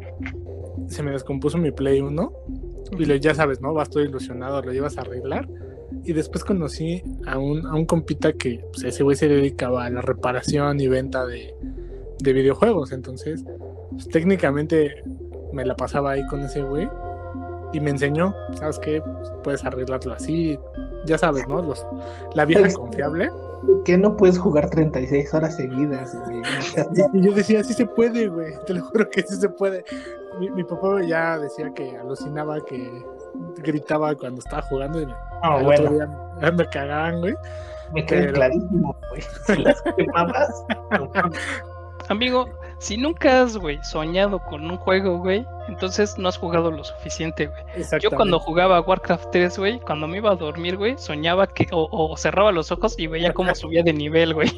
Se me descompuso mi Play 1. Y ya sabes, ¿no? Vas todo ilusionado, lo llevas a arreglar. Y después conocí a un compita que pues, ese güey se dedicaba a la reparación y venta de videojuegos. Entonces, pues, técnicamente me la pasaba ahí con ese güey. Y me enseñó, ¿sabes qué? Pues, puedes arreglarlo así. Ya sabes, ¿no? La vieja confiable. Que no puedes jugar 36 horas seguidas, güey. Y yo decía, sí se puede, güey. Te lo juro que sí se puede. Mi papá ya decía que alucinaba, que gritaba cuando estaba jugando. Y al otro día me cagaban, güey. Me queda clarísimo, güey. Si las quemabas, no mames. Amigo, si nunca has, güey, soñado con un juego, güey, entonces no has jugado lo suficiente, güey. Yo cuando jugaba Warcraft 3, güey, cuando me iba a dormir, güey, soñaba que o cerraba los ojos y veía cómo subía de nivel, güey.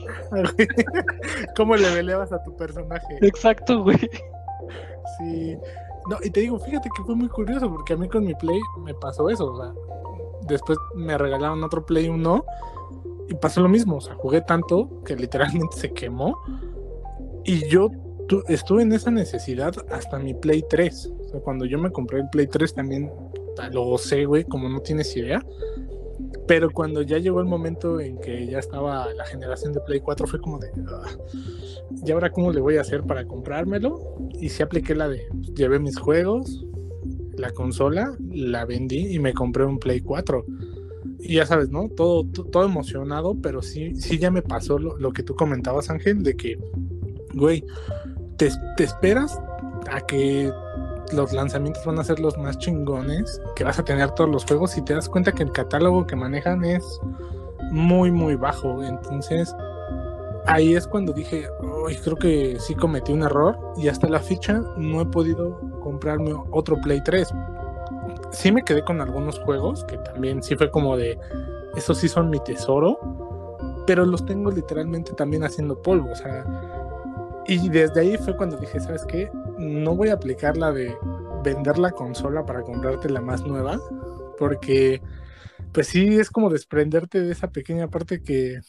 ¿Cómo le peleabas a tu personaje? Exacto, güey. Sí. No, y te digo, fíjate que fue muy curioso porque a mí con mi Play me pasó eso, o sea, después me regalaron otro Play 1 y pasó lo mismo, o sea, jugué tanto que literalmente se quemó y yo estuve en esa necesidad hasta mi Play 3, o sea, cuando yo me compré el Play 3 también lo gocé, güey, como no tienes idea, pero cuando ya llegó el momento en que ya estaba la generación de Play 4 fue como de, ¿y ahora cómo le voy a hacer para comprármelo? Y sí apliqué la de, llevé mis juegos, la consola, la vendí y me compré un Play 4. Y ya sabes, ¿no? Todo emocionado, pero sí ya me pasó lo que tú comentabas, Ángel, de que, güey, te esperas a que los lanzamientos van a ser los más chingones, que vas a tener todos los juegos y te das cuenta que el catálogo que manejan es muy, muy bajo. Entonces, ahí es cuando dije, creo que sí cometí un error y hasta la fecha no he podido comprarme otro Play 3. Sí me quedé con algunos juegos que también sí fue como de, esos sí son mi tesoro, pero los tengo literalmente también haciendo polvo, o sea, y desde ahí fue cuando dije, ¿sabes qué? No voy a aplicar la de vender la consola para comprarte la más nueva, porque pues sí es como desprenderte de esa pequeña parte que,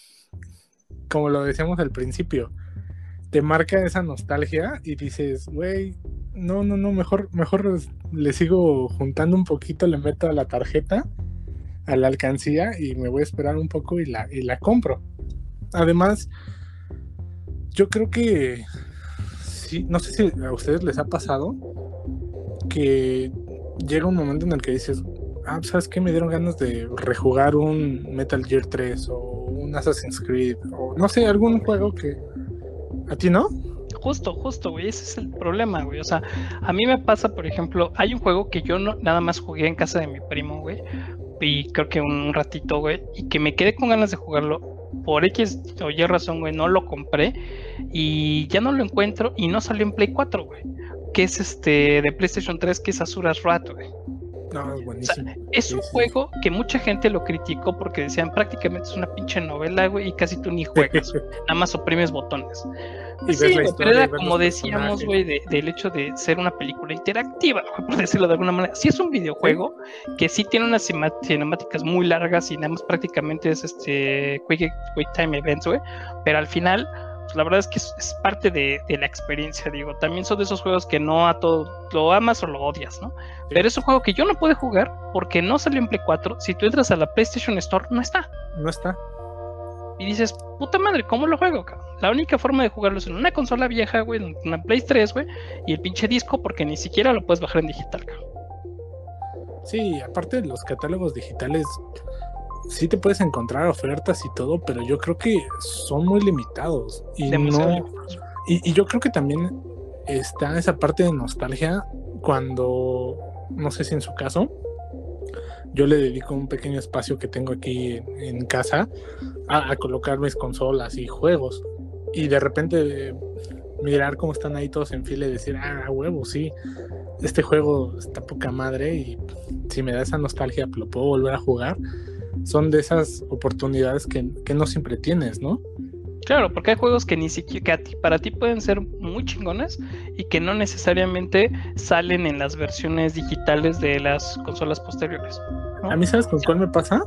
como lo decíamos al principio, te marca esa nostalgia y dices, güey, No, mejor le sigo juntando un poquito, le meto a la tarjeta, a la alcancía y me voy a esperar un poco y la compro. Además, yo creo que sí, no sé si a ustedes les ha pasado que llega un momento en el que dices, ¿sabes qué? Me dieron ganas de rejugar un Metal Gear 3 o un Assassin's Creed o no sé, algún juego que... ¿A ti no? Justo, güey, ese es el problema, güey. O sea, a mí me pasa, por ejemplo, hay un juego que yo no nada más jugué en casa de mi primo, güey, y creo que un ratito, güey, y que me quedé con ganas de jugarlo. Por X o Y razón, güey, no lo compré y ya no lo encuentro y no salió en Play 4, güey. Que es de PlayStation 3, que es Asura's Wrath, güey. No, es buenísimo. O sea, es un juego que mucha gente lo criticó porque decían prácticamente es una pinche novela, güey, y casi tú ni juegas, nada más oprimes botones. Y Sí, ves la pero era historia, como decíamos, güey, del hecho de ser una película interactiva, güey, por decirlo de alguna manera. Sí es un videojuego que sí tiene unas cinemáticas muy largas y nada más prácticamente es quick time events, güey, pero al final pues la verdad es que es parte de la experiencia, digo. También son de esos juegos que no a todo lo amas o lo odias, ¿no? Sí. Pero es un juego que yo no pude jugar porque no salió en Play 4. Si tú entras a la PlayStation Store, no está. No está. Y dices, puta madre, ¿cómo lo juego, cabrón? La única forma de jugarlo es en una consola vieja, güey, en una Play 3, güey, y el pinche disco, porque ni siquiera lo puedes bajar en digital, cabrón. Sí, aparte de los catálogos digitales, sí te puedes encontrar ofertas y todo, pero yo creo que son muy limitados. Y y yo creo que también está esa parte de nostalgia cuando, no sé si en su caso, yo le dedico un pequeño espacio que tengo aquí en casa a colocar mis consolas y juegos. Y de repente mirar cómo están ahí todos en fila y decir, huevo, sí, este juego está poca madre y si me da esa nostalgia lo puedo volver a jugar. Son de esas oportunidades que no siempre tienes, ¿no? Claro, porque hay juegos que ni siquiera para ti pueden ser muy chingones y que no necesariamente salen en las versiones digitales de las consolas posteriores, ¿no? A mí, ¿sabes con cuál me pasa?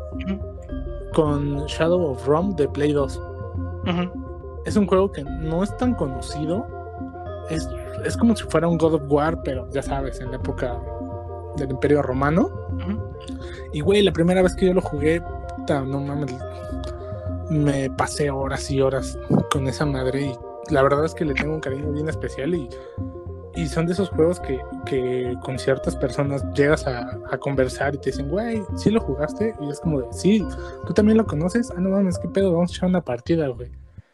Con Shadow of Rome de Play 2. Es un juego que no es tan conocido. Es como si fuera un God of War, pero ya sabes, en la época del Imperio Romano. Y güey, la primera vez que yo lo jugué, no mames, me pasé horas y horas con esa madre y la verdad es que le tengo un cariño bien especial y son de esos juegos que con ciertas personas llegas a conversar y te dicen, güey, ¿sí lo jugaste? Y es como de, sí, ¿tú también lo conoces? No mames, ¿qué pedo? Vamos a echar una partida, güey.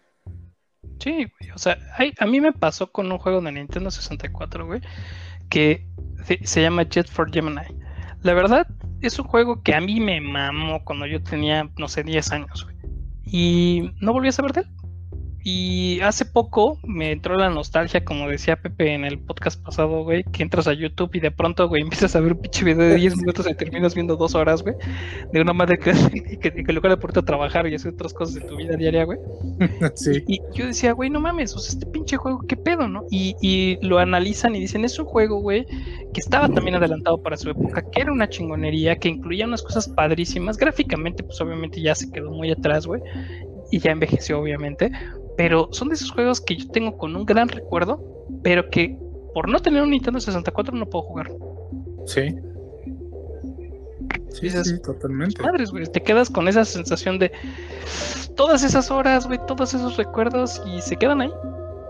Sí, güey, o sea, a mí me pasó con un juego de Nintendo 64, güey, que se llama Jet for Gemini. La verdad, es un juego que a mí me mamó cuando yo tenía, no sé, 10 años, güey. Y no volví a saber de él. Y hace poco me entró la nostalgia, como decía Pepe en el podcast pasado, güey, que entras a YouTube y de pronto, güey, empiezas a ver un pinche video de 10 minutos y terminas viendo 2 horas, güey, de una madre que en lugar de ponerte a trabajar y hacer otras cosas de tu vida diaria, güey. Sí. Y yo decía, güey, no mames, o sea, este pinche juego, ¿qué pedo, no? Y lo analizan y dicen, es un juego, güey, que estaba también adelantado para su época, que era una chingonería, que incluía unas cosas padrísimas. Gráficamente, pues obviamente ya se quedó muy atrás, güey, y ya envejeció, obviamente. Pero son de esos juegos que yo tengo con un gran recuerdo, pero que por no tener un Nintendo 64 no puedo jugar. Sí. Sí, dices, sí, totalmente. Madres, güey, te quedas con esa sensación de todas esas horas, güey, todos esos recuerdos y se quedan ahí.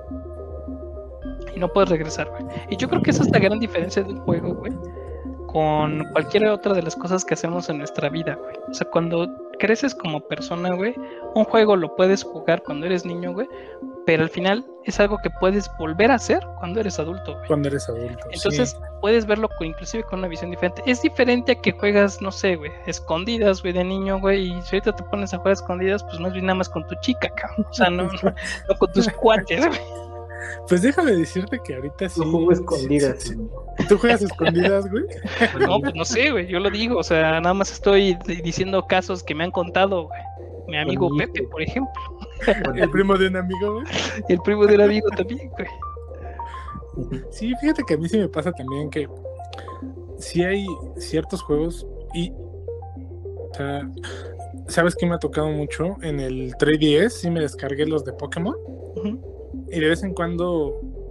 Y no puedes regresar, güey. Y yo creo que esa es la gran diferencia de un juego, güey, con cualquier otra de las cosas que hacemos en nuestra vida, güey. O sea, cuando creces como persona, güey, un juego lo puedes jugar cuando eres niño, güey, pero al final es algo que puedes volver a hacer cuando eres adulto, güey. Cuando eres adulto. Entonces, puedes verlo inclusive con una visión diferente. Es diferente a que juegas, no sé, güey, escondidas, güey, de niño, güey, y si ahorita te pones a jugar escondidas, pues más bien nada más con tu chica, cabrón. O sea, no con tus cuates, güey. Pues déjame decirte que ahorita sí. Yo juego escondidas. Sí. ¿Tú juegas escondidas, güey? No, pues no sé, güey, yo lo digo, o sea, nada más estoy diciendo casos que me han contado, güey. Mi amigo Pepe, por ejemplo. El primo de un amigo, güey. Y el primo de un amigo también, güey. Sí, fíjate que a mí sí me pasa también que sí hay ciertos juegos y o sea, ¿sabes qué me ha tocado mucho? En el 3DS sí me descargué los de Pokémon. Y de vez en cuando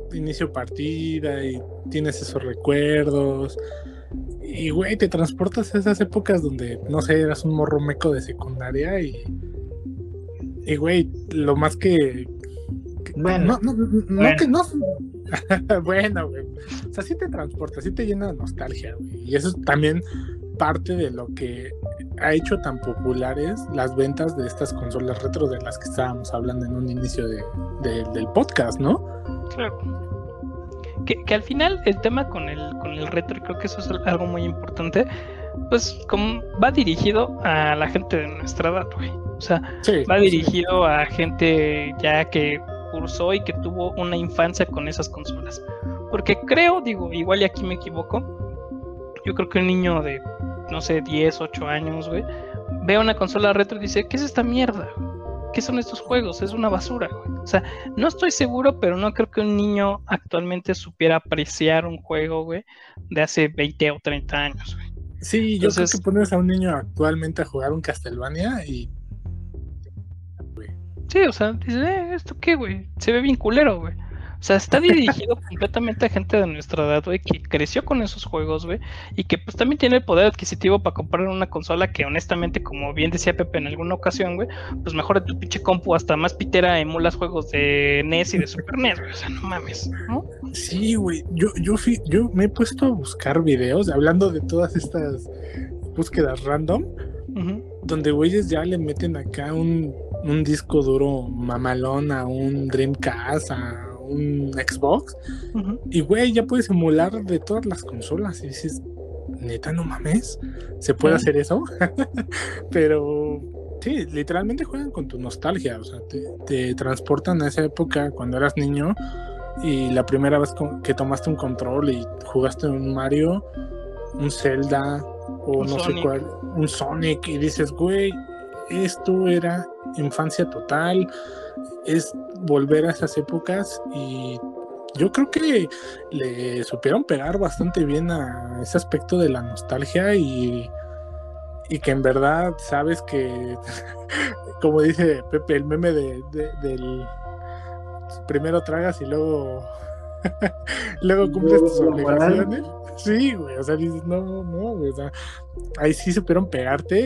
inicio partida y tienes esos recuerdos. Y, güey, te transportas a esas épocas donde, no sé, eras un morro meco de secundaria y güey, lo más que Bueno, no que no. Bueno, güey. O sea, sí te transporta, sí te llena de nostalgia, güey. Y eso es también parte de lo que ha hecho tan populares las ventas de estas consolas retro de las que estábamos hablando en un inicio del podcast, ¿no? Claro. Que al final el tema con el retro, y creo que eso es algo muy importante, pues como va dirigido a la gente de nuestra edad, güey. O sea, Sí, va sí. dirigido a gente ya que cursó y que tuvo una infancia con esas consolas. Porque creo, digo, igual y aquí me equivoco, yo creo que un niño de, no sé, 10, 8 años, güey, ve una consola retro y dice, ¿qué es esta mierda? ¿Qué son estos juegos? Es una basura, güey. O sea, no estoy seguro, pero no creo que un niño actualmente supiera apreciar un juego, güey, de hace 20 o 30 años, güey. Sí, yo creo Entonces, que pones a un niño actualmente a jugar un Castlevania y sí, o sea, dice, ¿esto qué, güey? Se ve bien culero, güey. O sea, está dirigido completamente a gente de nuestra edad, güey, que creció con esos juegos, güey, y que pues también tiene el poder adquisitivo para comprar una consola que honestamente, como bien decía Pepe en alguna ocasión, güey, pues mejor de tu pinche compu, hasta más pitera emulas juegos de NES y de Super NES, güey. O sea, no mames, ¿no? sí, güey, yo me he puesto a buscar videos hablando de todas estas búsquedas random, Ujú. donde güeyes ya le meten acá un disco duro mamalón a un Dreamcast, a un Xbox, Ujú. y güey, ya puedes emular de todas las consolas, y dices, neta, no mames, ¿se puede hacer eso? Pero sí, literalmente juegan con tu nostalgia, o sea, te transportan a esa época cuando eras niño y la primera vez que tomaste un control y jugaste un Mario, un Zelda o Un no sé Sonic. cuál, un Sonic, y dices, güey, esto era infancia total, es volver a esas épocas, y yo creo que le supieron pegar bastante bien a ese aspecto de la nostalgia y que en verdad sabes que, como dice Pepe, el meme del primero tragas y luego cumples tus obligaciones. Sí, güey, o sea, dices, no, güey, o sea, ahí sí supieron pegarte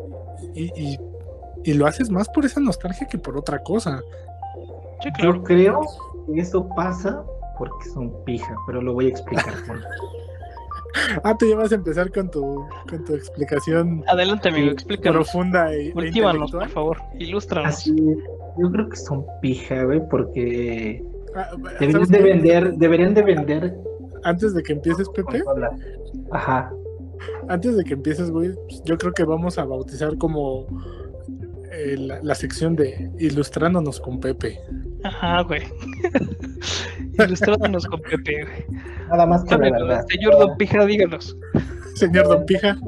y lo haces más por esa nostalgia que por otra cosa. Sí, claro. Yo creo que eso pasa porque son pija, pero lo voy a explicar por qué. Ah, tú ya vas a empezar con tu explicación Adelante, amigo, explícanos. profunda e Cultívanos, intelectual. por favor, ilústranos. Así, yo creo que son pija, güey, porque Ah, deberían ¿sabes de qué? vender Antes de que empieces, Pepe, consolas. Ajá. antes de que empieces, güey, pues, yo creo que vamos a bautizar como la sección de Ilustrándonos con Pepe. Ajá, güey. Ilustrándonos con Pepe, güey. Nada más que la Amigo, verdad. señor Don Pija, díganos. Señor Don Pija,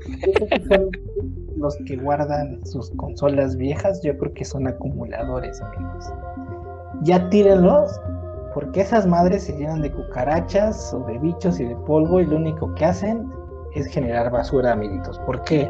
Los que guardan sus consolas viejas, yo creo que son acumuladores, amigos. Ya tírenlos, porque esas madres se llenan de cucarachas o de bichos y de polvo, y lo único que hacen es generar basura, amiguitos. ¿Por qué?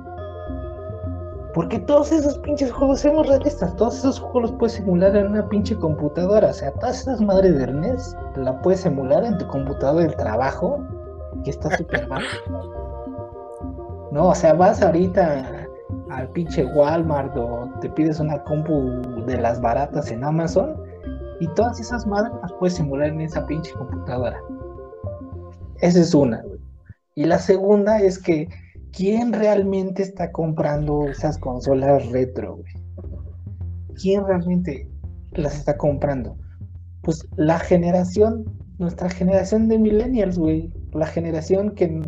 Porque todos esos pinches juegos, seamos realistas, todos esos juegos los puedes emular en una pinche computadora. O sea, todas esas madres de NES la puedes emular en tu computadora del trabajo, que está súper mal. No, o sea, vas ahorita al pinche Walmart o te pides una compu de las baratas en Amazon y todas esas madres las puedes emular en esa pinche computadora. Esa es una, güey. Y la segunda es que ¿quién realmente está comprando esas consolas retro, güey? ¿Quién realmente las está comprando? Pues nuestra generación de millennials, güey. La generación que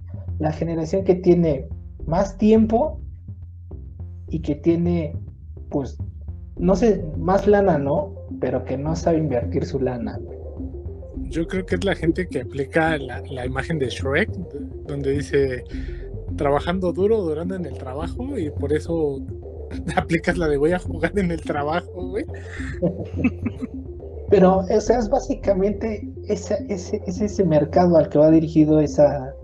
tiene más tiempo y que tiene, pues, no sé, más lana, ¿no? Pero que no sabe invertir su lana, güey. yo creo que es la gente que aplica la imagen de Shrek, donde dice trabajando duro, durando en el trabajo, y por eso aplicas la de voy a jugar en el trabajo, güey. Pero, o sea, es básicamente ese mercado al que va dirigido esas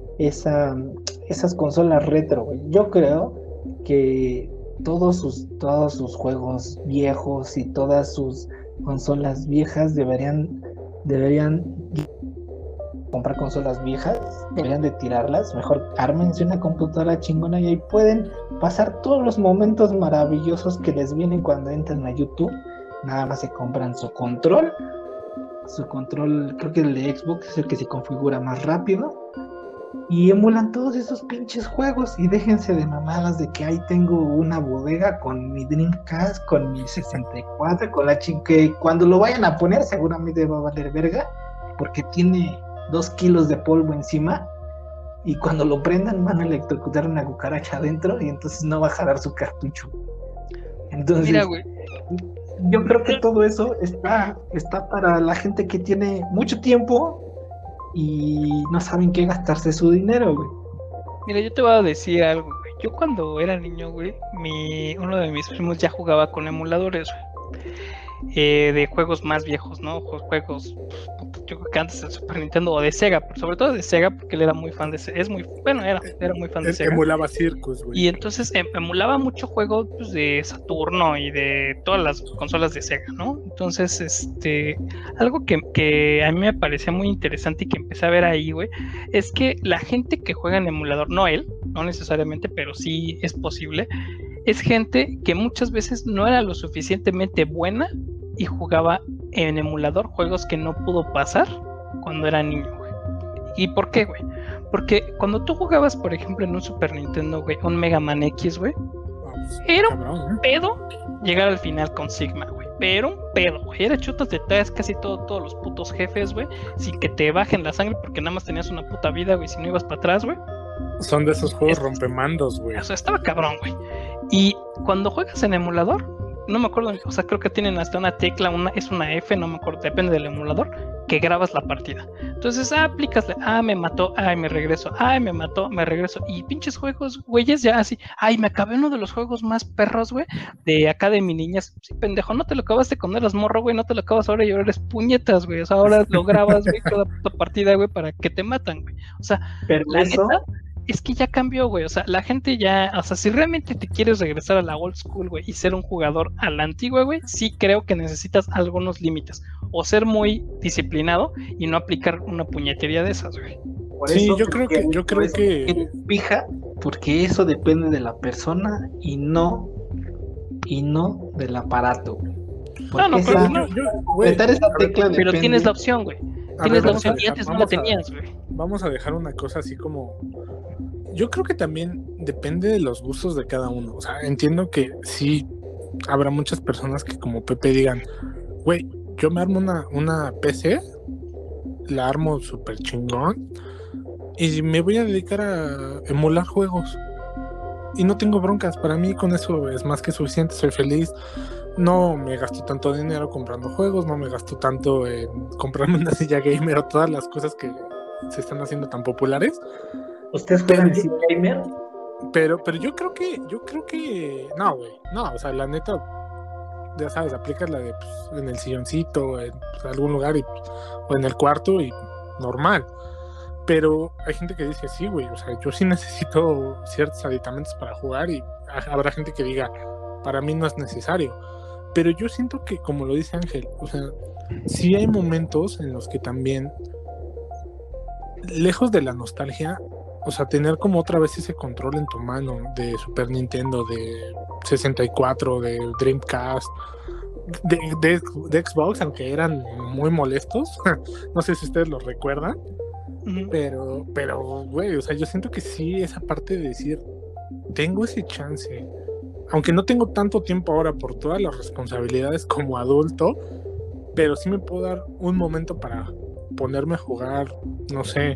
consolas retro, güey. Yo creo que todos sus juegos viejos y todas sus consolas viejas deberían deberían comprar consolas viejas, deberían de tirarlas, mejor ármense una computadora chingona y ahí pueden pasar todos los momentos maravillosos que les vienen cuando entran a YouTube. Nada más se compran su control, creo que el de Xbox es el que se configura más rápido, y emulan todos esos pinches juegos y déjense de mamadas de que ahí tengo una bodega con mi Dreamcast, con mi 64, con la que cuando lo vayan a poner seguramente va a valer verga porque tiene 2 kilos de polvo encima, y cuando lo prendan van a electrocutar una cucaracha adentro y entonces no va a jalar su cartucho. Entonces, Mira, güey, yo creo que todo eso está para la gente que tiene mucho tiempo y no saben qué gastarse su dinero, güey. mira, yo te voy a decir algo, güey. Yo cuando era niño, güey, uno de mis primos ya jugaba con emuladores, güey. De juegos más viejos, ¿no? Juegos, yo creo que antes del Super Nintendo o de Sega, pero sobre todo de Sega, porque él era muy fan de Sega, era muy fan de Sega. Emulaba Circus, güey. Y entonces emulaba mucho juego pues, de Saturno y de todas las consolas de Sega, ¿no? Entonces, algo que a mí me parecía muy interesante y que empecé a ver ahí, güey, es que la gente que juega en emulador, no él, no necesariamente, pero sí es posible, es gente que muchas veces no era lo suficientemente buena y jugaba en emulador juegos que no pudo pasar cuando era niño, güey. ¿Y por qué, güey? Porque cuando tú jugabas, por ejemplo, en un Super Nintendo, güey, un Mega Man X, güey, era un pedo llegar al final con Sigma, güey. Pero un pedo, güey. Era chutas de casi todos los putos jefes, güey, sin que te bajen la sangre porque nada más tenías una puta vida, güey, si no ibas para atrás, güey. Son de esos juegos rompemandos, güey. O sea, estaba cabrón, güey. Y cuando juegas en emulador, no me acuerdo, o sea, creo que tienen hasta una tecla, es una F, no me acuerdo, depende del emulador, que grabas la partida. Entonces, aplicasle, me mató, me regreso, me mató, me regreso. Y pinches juegos, güeyes, ya así, me acabé uno de los juegos más perros, güey, de acá de mi niñas. Sí, pendejo, no te lo acabaste cuando eras morro, güey, no te lo acabas ahora y ahora eres puñetas, güey. O sea, ahora lo grabas, güey, toda puta partida, güey, para que te matan, güey. O sea, pero la eso... neta es que ya cambió, güey. O sea, la gente ya, o sea, si realmente te quieres regresar a la old school, güey, y ser un jugador a la antigua, güey, sí creo que necesitas algunos límites. O ser muy disciplinado y no aplicar una puñetería de esas, güey. Sí, yo creo que fija, porque eso depende de la persona y no del aparato. Pero tienes la opción, güey. Tienes la opción y antes no la tenías, güey. Vamos a dejar una cosa así como... Yo creo que también depende de los gustos de cada uno. O sea, entiendo que sí habrá muchas personas que como Pepe digan, güey, yo me armo una PC, la armo súper chingón y me voy a dedicar a emular juegos. Y no tengo broncas, para mí con eso es más que suficiente, soy feliz. No me gasto tanto dinero comprando juegos, no me gasto tanto en comprarme una silla gamer o todas las cosas que se están haciendo tan populares. ¿Ustedes juegan silla gamer? Pero yo creo que no, güey, no, o sea, la neta, ya sabes, aplicas la de pues, en el silloncito, en pues, algún lugar o en el cuarto y normal. Pero hay gente que dice, sí, güey, o sea, yo sí necesito ciertos aditamentos para jugar y habrá gente que diga, para mí no es necesario. Pero yo siento que, como lo dice Ángel, o sea, sí hay momentos en los que también, lejos de la nostalgia, o sea, tener como otra vez ese control en tu mano de Super Nintendo, de 64, de Dreamcast, de Xbox, aunque eran muy molestos, no sé si ustedes lo recuerdan, pero, güey, o sea, yo siento que sí, esa parte de decir, tengo ese chance, aunque no tengo tanto tiempo ahora por todas las responsabilidades como adulto, pero sí me puedo dar un momento para ponerme a jugar, no sé,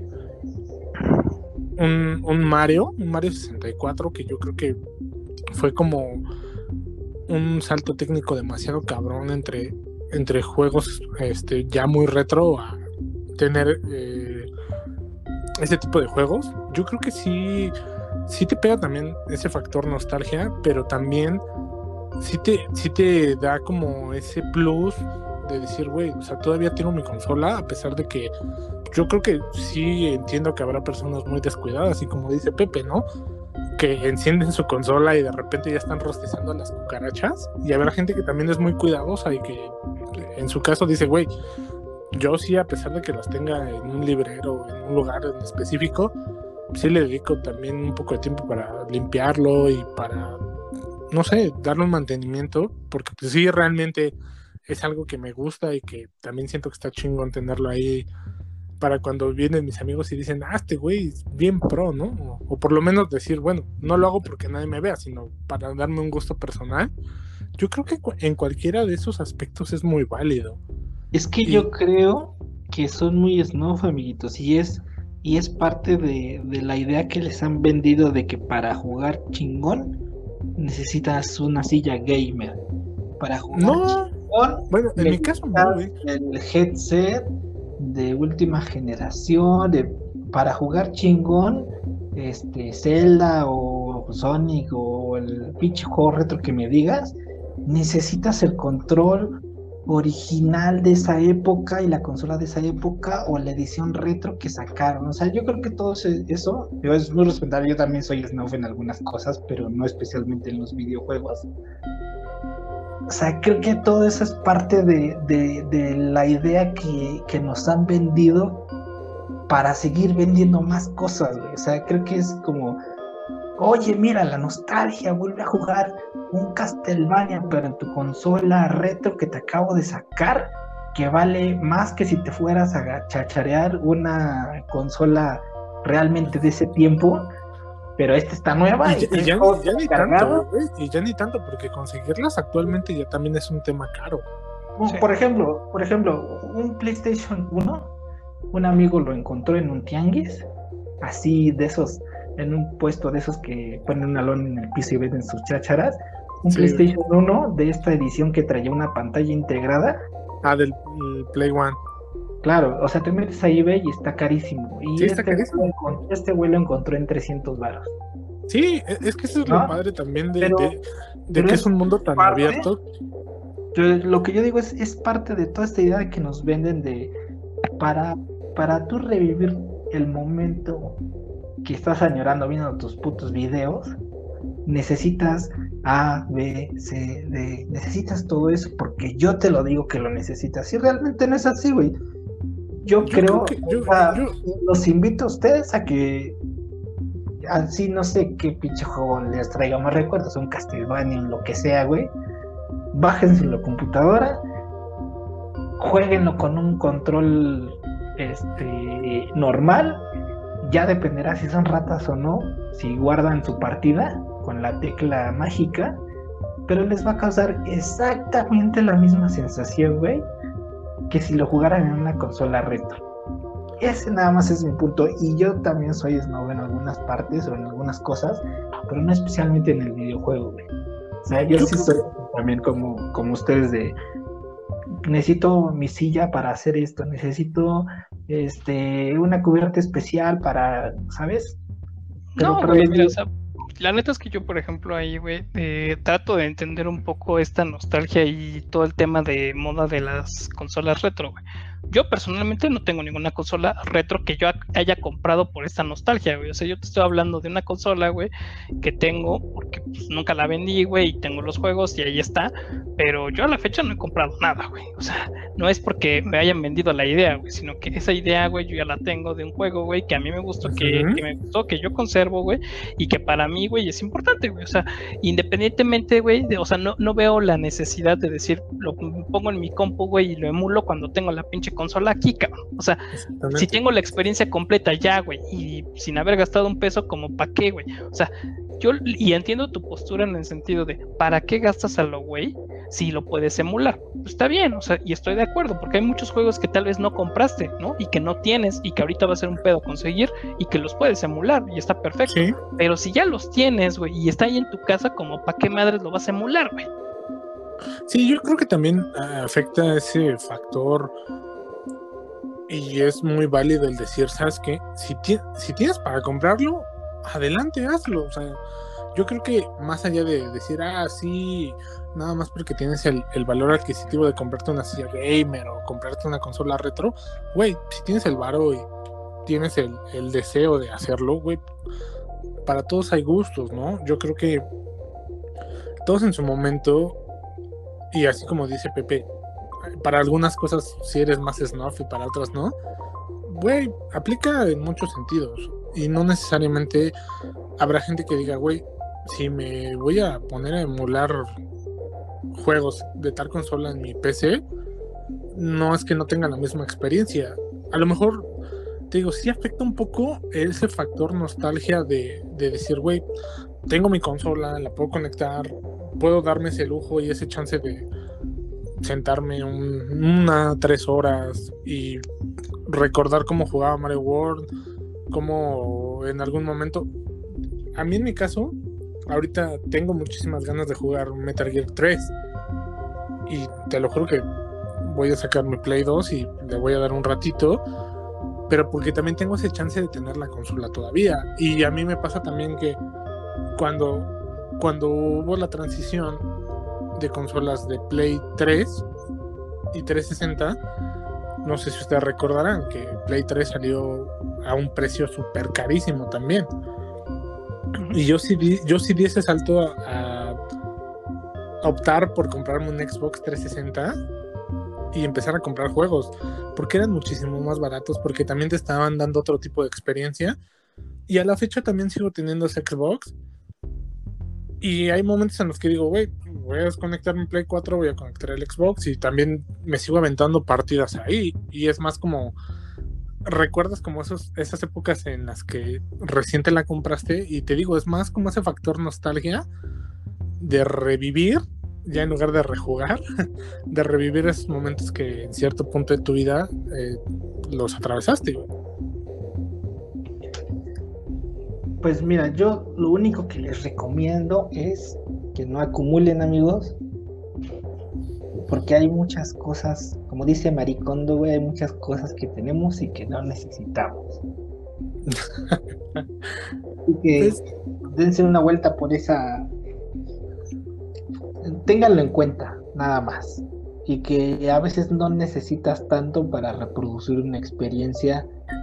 un Mario 64, que yo creo que fue como un salto técnico demasiado cabrón entre juegos ya muy retro a tener ese tipo de juegos. Yo creo que sí te pega también ese factor nostalgia, pero también sí te da como ese plus de decir, güey, o sea, todavía tengo mi consola, a pesar de que yo creo que sí entiendo que habrá personas muy descuidadas, y como dice Pepe, ¿no? Que encienden su consola y de repente ya están rostizando las cucarachas, y habrá gente que también es muy cuidadosa y que en su caso dice, güey, yo sí, a pesar de que las tenga en un librero, en un lugar en específico, sí le dedico también un poco de tiempo para limpiarlo y para, no sé, darle un mantenimiento, porque pues sí, realmente es algo que me gusta y que también siento que está chingón tenerlo ahí para cuando vienen mis amigos y dicen, este güey es bien pro, ¿no? O por lo menos decir, bueno, no lo hago porque nadie me vea, sino para darme un gusto personal. Yo creo que en cualquiera de esos aspectos es muy válido. Es que Y yo creo que son muy snob, amiguitos, y es parte de la idea que les han vendido de que para jugar chingón necesitas una silla gamer. Para jugar no, chingón bueno, en mi caso no, güey. necesitas el headset de última generación, para jugar chingón, Zelda o Sonic o el pinche juego retro que me digas, necesitas el control original de esa época y la consola de esa época o la edición retro que sacaron. O sea, yo creo que todo eso es muy respetable. Yo también soy snob en algunas cosas, pero no especialmente en los videojuegos. O sea, creo que todo eso es parte de la idea que nos han vendido para seguir vendiendo más cosas, güey. O sea, creo que es como, oye, mira, la nostalgia, vuelve a jugar un Castlevania, pero en tu consola retro que te acabo de sacar, que vale más que si te fueras a chacharear una consola realmente de ese tiempo, pero esta está nueva Y ya ni cargado. tanto, güey. Y ya ni tanto, porque conseguirlas actualmente ya también es un tema caro. Sí. Por ejemplo, un PlayStation 1, un amigo lo encontró en un tianguis, así de esos, en un puesto de esos que ponen una lona en el piso y venden sus chácharas, un Sí, PlayStation 1 de esta edición que traía una pantalla integrada. del Play One. Claro, o sea, te metes a eBay y está carísimo. Y Sí, está carísimo. Este güey lo encontró en 300 varos. Sí, es que eso es lo padre también de pero que es un mundo tan abierto. Lo que yo digo es parte de toda esta idea de que nos venden para tú revivir el momento que estás añorando viendo tus putos videos, necesitas A, B, C, D, necesitas todo eso porque yo te lo digo que lo necesitas. Si realmente no es así, güey. Yo creo que los invito a ustedes a que así no sé qué pinche juego les traiga más recuerdos, un Castlevania, lo que sea, güey. Bájense la computadora, jueguenlo con un control normal. Ya dependerá si son ratas o no, si guardan su partida con la tecla mágica, pero les va a causar exactamente la misma sensación, güey, que si lo jugaran en una consola retro. Ese nada más es mi punto, y yo también soy snob en algunas partes o en algunas cosas, pero no especialmente en el videojuego, güey. O sea, yo sí soy también como ustedes de necesito mi silla para hacer esto, necesito una cubierta especial para, ¿sabes? No, güey, mira, o sea, la neta es que yo, por ejemplo, ahí, güey, trato de entender un poco esta nostalgia y todo el tema de moda de las consolas retro, güey. Yo personalmente no tengo ninguna consola retro que yo haya comprado por esta nostalgia, güey. O sea, yo te estoy hablando de una consola, güey, que tengo porque pues, nunca la vendí, güey, y tengo los juegos y ahí está. Pero yo a la fecha no he comprado nada, güey. O sea, no es porque me hayan vendido la idea, güey, sino que esa idea, güey, yo ya la tengo de un juego, güey, que a mí me gustó, que me gustó, que yo conservo, güey, y que para mí, güey, es importante, güey. O sea, independientemente, güey, o sea, no veo la necesidad de decir, lo pongo en mi compu, güey, y lo emulo cuando tengo la pinche consola aquí, cabrón. O sea, si tengo la experiencia completa ya, güey, y sin haber gastado un peso, como para qué, güey. O sea, y entiendo tu postura en el sentido de ¿para qué gastas a lo güey si lo puedes emular? Pues está bien, o sea, y estoy de acuerdo, porque hay muchos juegos que tal vez no compraste, ¿no? Y que no tienes, y que ahorita va a ser un pedo conseguir, y que los puedes emular, y está perfecto. ¿Sí? Pero si ya los tienes, güey, y está ahí en tu casa, como ¿para qué madres lo vas a emular, güey? Sí, yo creo que también afecta ese factor. Y es muy válido el decir, ¿sabes qué? Si tienes para comprarlo, adelante, hazlo. O sea, yo creo que más allá de decir, sí, nada más porque tienes el valor adquisitivo de comprarte una silla gamer o comprarte una consola retro, güey, si tienes el varo y tienes el deseo de hacerlo, güey, para todos hay gustos, ¿no? Yo creo que todos en su momento, y así como dice Pepe, para algunas cosas sí eres más snuff y para otras no. Güey, aplica en muchos sentidos. Y no necesariamente habrá gente que diga, güey, si me voy a poner a emular juegos de tal consola en mi PC, no es que no tenga la misma experiencia. A lo mejor, te digo, sí afecta un poco ese factor nostalgia de decir, güey, tengo mi consola, la puedo conectar, puedo darme ese lujo y ese chance de sentarme 3 horas y recordar cómo jugaba Mario World, cómo en algún momento, a mí en mi caso, ahorita tengo muchísimas ganas de jugar Metal Gear 3 y te lo juro que voy a sacar mi Play 2 y le voy a dar un ratito, pero porque también tengo ese chance de tener la consola todavía. Y a mí me pasa también que cuando hubo la transición de consolas de Play 3 y 360, no sé si ustedes recordarán que Play 3 salió a un precio súper carísimo también. Y yo sí di ese salto a optar por comprarme un Xbox 360 y empezar a comprar juegos, porque eran muchísimo más baratos, porque también te estaban dando otro tipo de experiencia. Y a la fecha también sigo teniendo ese Xbox. Y hay momentos en los que digo, güey, voy a desconectar mi Play 4, voy a conectar el Xbox y también me sigo aventando partidas ahí. Y es más como, recuerdas como esas épocas en las que recién te la compraste y te digo, es más como ese factor nostalgia de revivir, ya en lugar de rejugar, de revivir esos momentos que en cierto punto de tu vida los atravesaste. Pues mira, yo lo único que les recomiendo es que no acumulen, amigos, porque hay muchas cosas, como dice Maricondo, güey, hay muchas cosas que tenemos y que no necesitamos. Así que dense una vuelta por esa, ténganlo en cuenta, nada más, y que a veces no necesitas tanto para reproducir una experiencia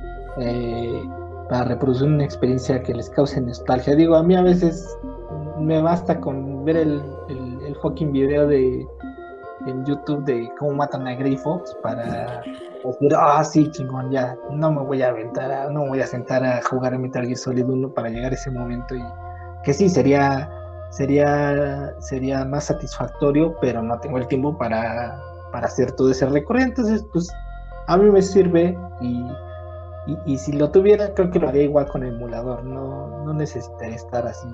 que les cause nostalgia. Digo, a mí a veces me basta con ver el fucking video en YouTube de cómo matan a Grey Fox para decir, sí, chingón, ya, no me voy a sentar a jugar Metal Gear Solid 1 para llegar a ese momento, y que sí, sería más satisfactorio, pero no tengo el tiempo para hacer todo ese recorrido. Entonces, pues, a mí me sirve, y si lo tuviera, creo que lo haría igual con el emulador. No necesitaría estar así.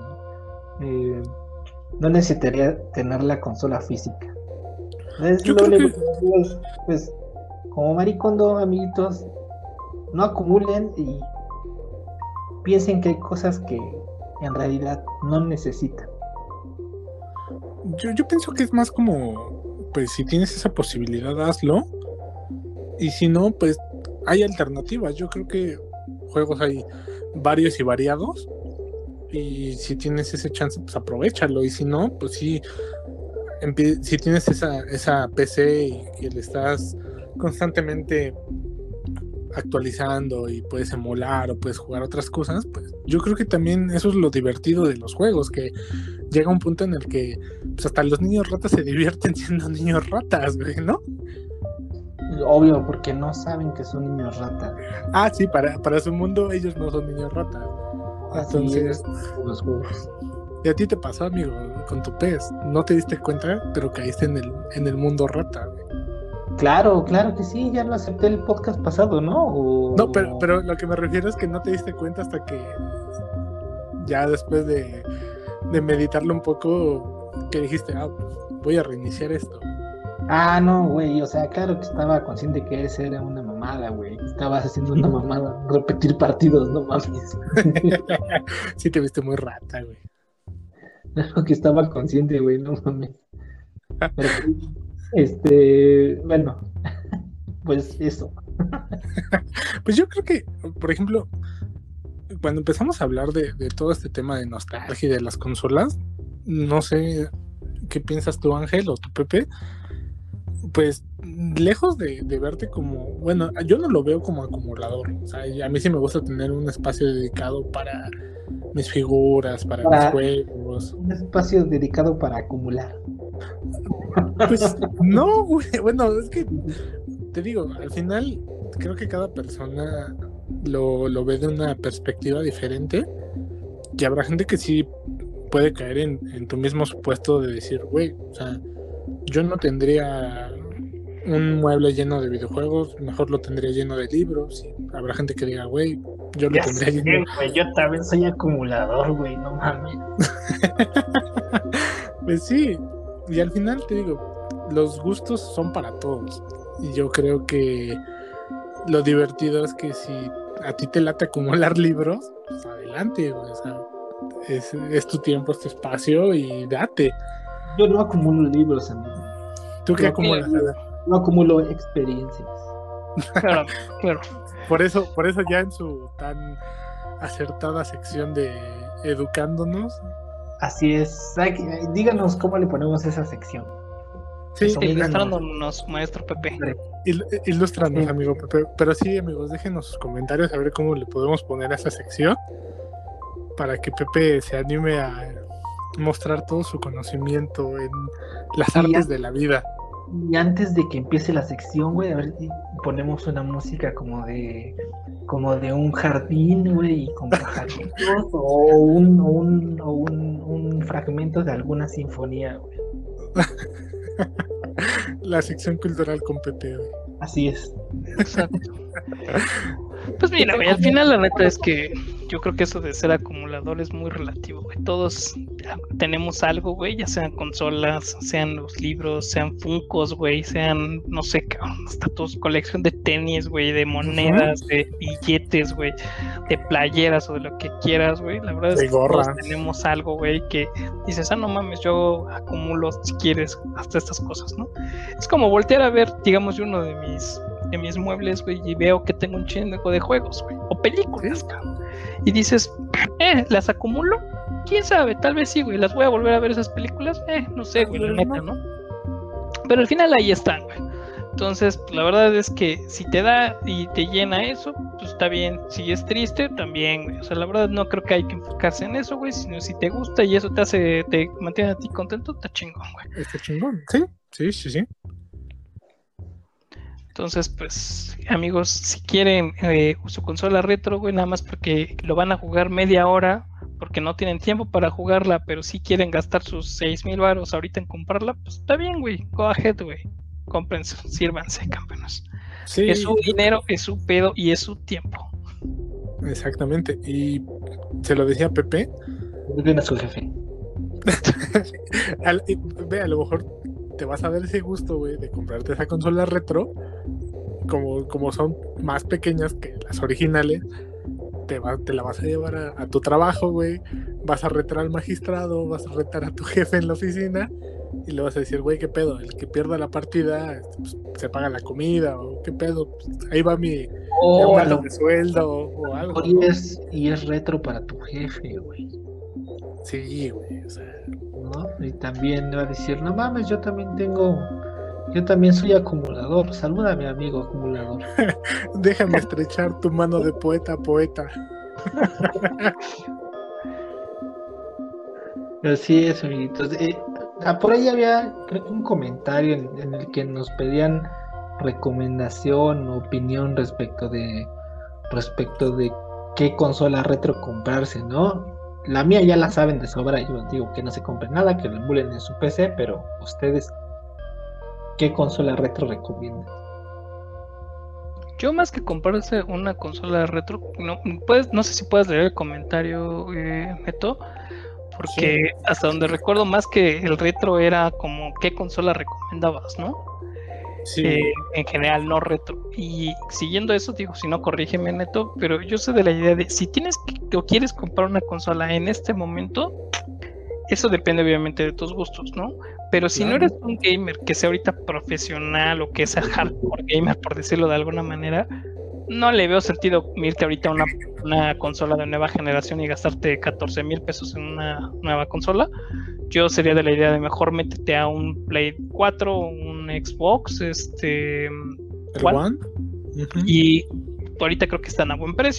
No necesitaría tener la consola física. Yo creo que... Pues, como Maricondo, amiguitos, no acumulen y piensen que hay cosas que en realidad no necesitan. Yo pienso que es más como, pues si tienes esa posibilidad, hazlo. Y si no, pues hay alternativas. Yo creo que juegos hay varios y variados. Y si tienes ese chance, pues aprovéchalo. Y si no, pues sí, si tienes esa PC y que le estás constantemente actualizando y puedes emular o puedes jugar otras cosas, pues yo creo que también eso es lo divertido de los juegos, que llega un punto en el que pues hasta los niños ratas se divierten siendo niños ratas, güey, ¿no? Obvio, porque no saben que son niños ratas. Sí, para su mundo ellos no son niños ratas. Entonces, los juegos. Y a ti te pasó, amigo, con tu pez. No te diste cuenta, pero caíste en el mundo rata, güey. Claro que sí, ya lo acepté el podcast pasado, ¿no? No, pero lo que me refiero es que no te diste cuenta hasta que ya después de meditarlo un poco, que dijiste, voy a reiniciar esto. No, güey, o sea, claro que estaba consciente que esa era una mamada, güey. Estabas haciendo una mamada, repetir partidos, no mames. Sí te viste muy rata, güey. Claro que estaba consciente, güey, no mames. Bueno, pues eso. Pues yo creo que, por ejemplo, cuando empezamos a hablar de todo este tema de nostalgia y de las consolas, no sé qué piensas tú, Ángel, o tú, Pepe. Pues lejos de verte como, bueno, yo no lo veo como acumulador. O sea, a mí sí me gusta tener un espacio dedicado para mis figuras, para mis juegos. Un espacio dedicado para acumular. Pues no, güey. Bueno, es que te digo, al final creo que cada persona lo ve de una perspectiva diferente y habrá gente que sí puede caer en tu mismo supuesto de decir, güey, o sea, yo no tendría un mueble lleno de videojuegos, mejor lo tendría lleno de libros. Y habrá gente que diga, güey, yo lo Ya tendría sé, lleno. güey, yo también soy acumulador, güey, no mames. Pues sí, y al final te digo, los gustos son para todos. Y yo creo que lo divertido es que si a ti te late acumular libros, pues adelante, güey, o sea, es tu tiempo, es tu espacio y date. Yo no acumulo libros, amigo. ¿Tú qué Yo acumulas, Ana? No acumulo experiencias. Claro, claro. Por eso ya en su tan acertada sección de educándonos. Así es. Díganos cómo le ponemos esa sección. Sí, Ilustrándonos, maestro Pepe. Ilústranos, Sí. amigo Pepe. Pero sí, amigos, déjenos sus comentarios a ver cómo le podemos poner a esa sección para que Pepe se anime a mostrar todo su conocimiento en las artes de la vida. Y antes de que empiece la sección, güey, a ver si ponemos una música como de un jardín, güey, y con pajaritos, o un fragmento de alguna sinfonía, güey. La sección cultural con Pepe, güey. Así es. Exacto. Pues mira, güey, al final la neta es que yo creo que eso de ser acumulador es muy relativo, güey. Todos tenemos algo, güey, ya sean consolas, sean los libros, sean Funkos, güey, sean, no sé, hasta tu colección de tenis, güey, de monedas, de billetes, güey, de playeras o de lo que quieras, güey. La verdad es De que todos gorras. tenemos algo, güey, que dices, no mames, yo acumulo, si quieres, hasta estas cosas, ¿no? Es como voltear a ver, digamos, uno de mis muebles, güey, y veo que tengo un chingo de juegos, güey, o películas, cabrón. Y dices, ¿las acumulo? ¿Quién sabe? Tal vez sí, güey, las voy a volver a ver esas películas, no sé, güey, la neta, ¿no? Pero al final ahí están, güey. Entonces, pues, la verdad es que si te da y te llena eso, pues está bien. Si es triste, también, güey. O sea, la verdad no creo que hay que enfocarse en eso, güey, sino si te gusta y eso te mantiene a ti contento, está chingón, güey. Está chingón. Sí. Entonces, pues, amigos, si quieren su consola retro, güey, nada más porque lo van a jugar media hora, porque no tienen tiempo para jugarla, pero sí quieren gastar sus 6,000 varos ahorita en comprarla, pues está bien, güey, go ahead, güey, cómprense, sírvanse, campeones. Sí, Es su dinero, es su pedo y es su tiempo. exactamente. Y se lo decía Pepe. Viene su jefe. Ve, a lo mejor te vas a dar ese gusto, güey, de comprarte esa consola retro. Como son más pequeñas que las originales, te la vas a llevar a tu trabajo, güey. Vas a retar al magistrado, vas a retar a tu jefe en la oficina y le vas a decir, güey, ¿qué pedo? El que pierda la partida, pues, se paga la comida, o ¿qué pedo? Pues, ahí va mi de sueldo o algo, ¿no? Y es retro para tu jefe, güey. Sí, güey, o sea. ¿No? Y también va a decir, no mames, yo también soy acumulador. Salúdame, amigo acumulador. Déjame estrechar tu mano de poeta a poeta. Así es, amiguitos. Por ahí había, creo que un comentario en el que nos pedían recomendación o opinión respecto de qué consola retro comprarse, ¿no? La mía ya la saben de sobra, yo digo que no se compre nada, que lo emulen en su PC, pero ustedes, ¿qué consola retro recomiendan? Yo más que comprarse una consola retro, no sé si puedes leer el comentario, Neto, porque sí, hasta donde recuerdo más que el retro era como qué consola recomendabas, ¿no? Sí. En general, no retro. Y siguiendo eso, digo, si no, corrígeme, Neto, pero yo soy de la idea de si tienes o quieres comprar una consola en este momento, eso depende obviamente de tus gustos, ¿no? Pero si no eres un gamer que sea ahorita profesional o que sea hardcore gamer, por decirlo de alguna manera, no le veo sentido irte ahorita a una consola de nueva generación y gastarte 14,000 pesos en una nueva consola. Yo sería de la idea de mejor métete a un Play 4 o un Xbox, One. Y ahorita creo que están a buen precio.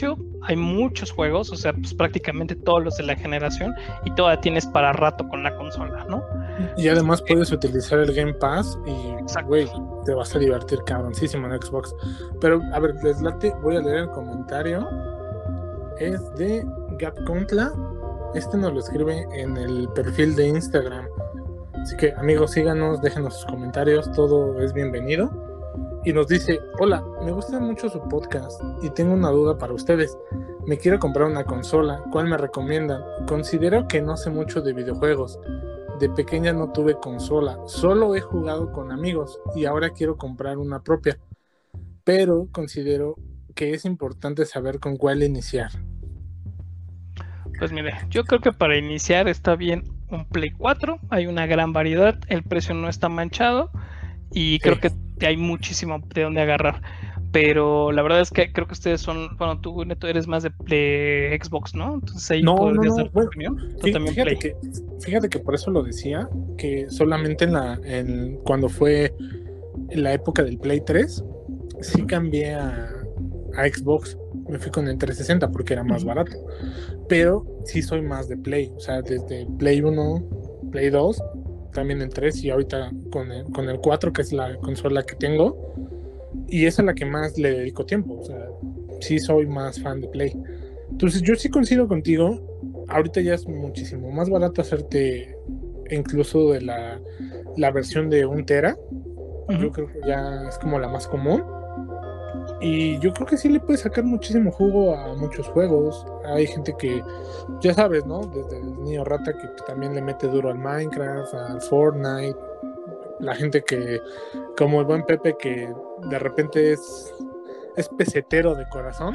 hay muchos juegos, o sea, pues prácticamente todos los de la generación, y todavía tienes para rato con la consola, ¿no? Y además puedes utilizar el Game Pass y, Exacto. güey, te vas a divertir cabroncísimo en Xbox. Pero, a ver, les late, voy a leer el comentario. Es de Gapcontla. Este nos lo escribe en el perfil de Instagram. Así que, amigos, síganos, déjenos sus comentarios, todo es bienvenido. Y nos dice: hola, me gusta mucho su podcast y tengo una duda para ustedes. Me quiero comprar una consola, ¿cuál me recomiendan? Considero que no sé mucho de videojuegos. De pequeña no tuve consola, solo he jugado con amigos y ahora quiero comprar una propia. Pero considero que es importante saber con cuál iniciar. Pues mire, yo creo que para iniciar está bien un Play 4, hay una gran variedad, el precio no está manchado y creo que hay muchísimo de dónde agarrar. Pero la verdad es que creo que ustedes son, bueno, tú Neto eres más de Xbox, ¿no? Entonces ahí podrías dar tu opinión. Tú también Play. Fíjate que por eso lo decía, que solamente cuando fue en la época del Play 3, sí cambié a Xbox. Me fui con el 360 porque era más barato. Pero sí soy más de Play. O sea, desde Play 1, Play 2, también el 3 y ahorita con el 4, que es la consola que tengo. Y esa es la que más le dedico tiempo. O sea, sí soy más fan de Play. Entonces yo sí coincido contigo. Ahorita ya es muchísimo más barato hacerte incluso de la versión de 1 tera. Yo creo que ya es como la más común. Y yo creo que sí le puedes sacar muchísimo jugo a muchos juegos. Hay gente que, ya sabes, ¿no? Desde el niño rata que también le mete duro al Minecraft, al Fortnite. La gente que, como el buen Pepe, que de repente es pesetero de corazón.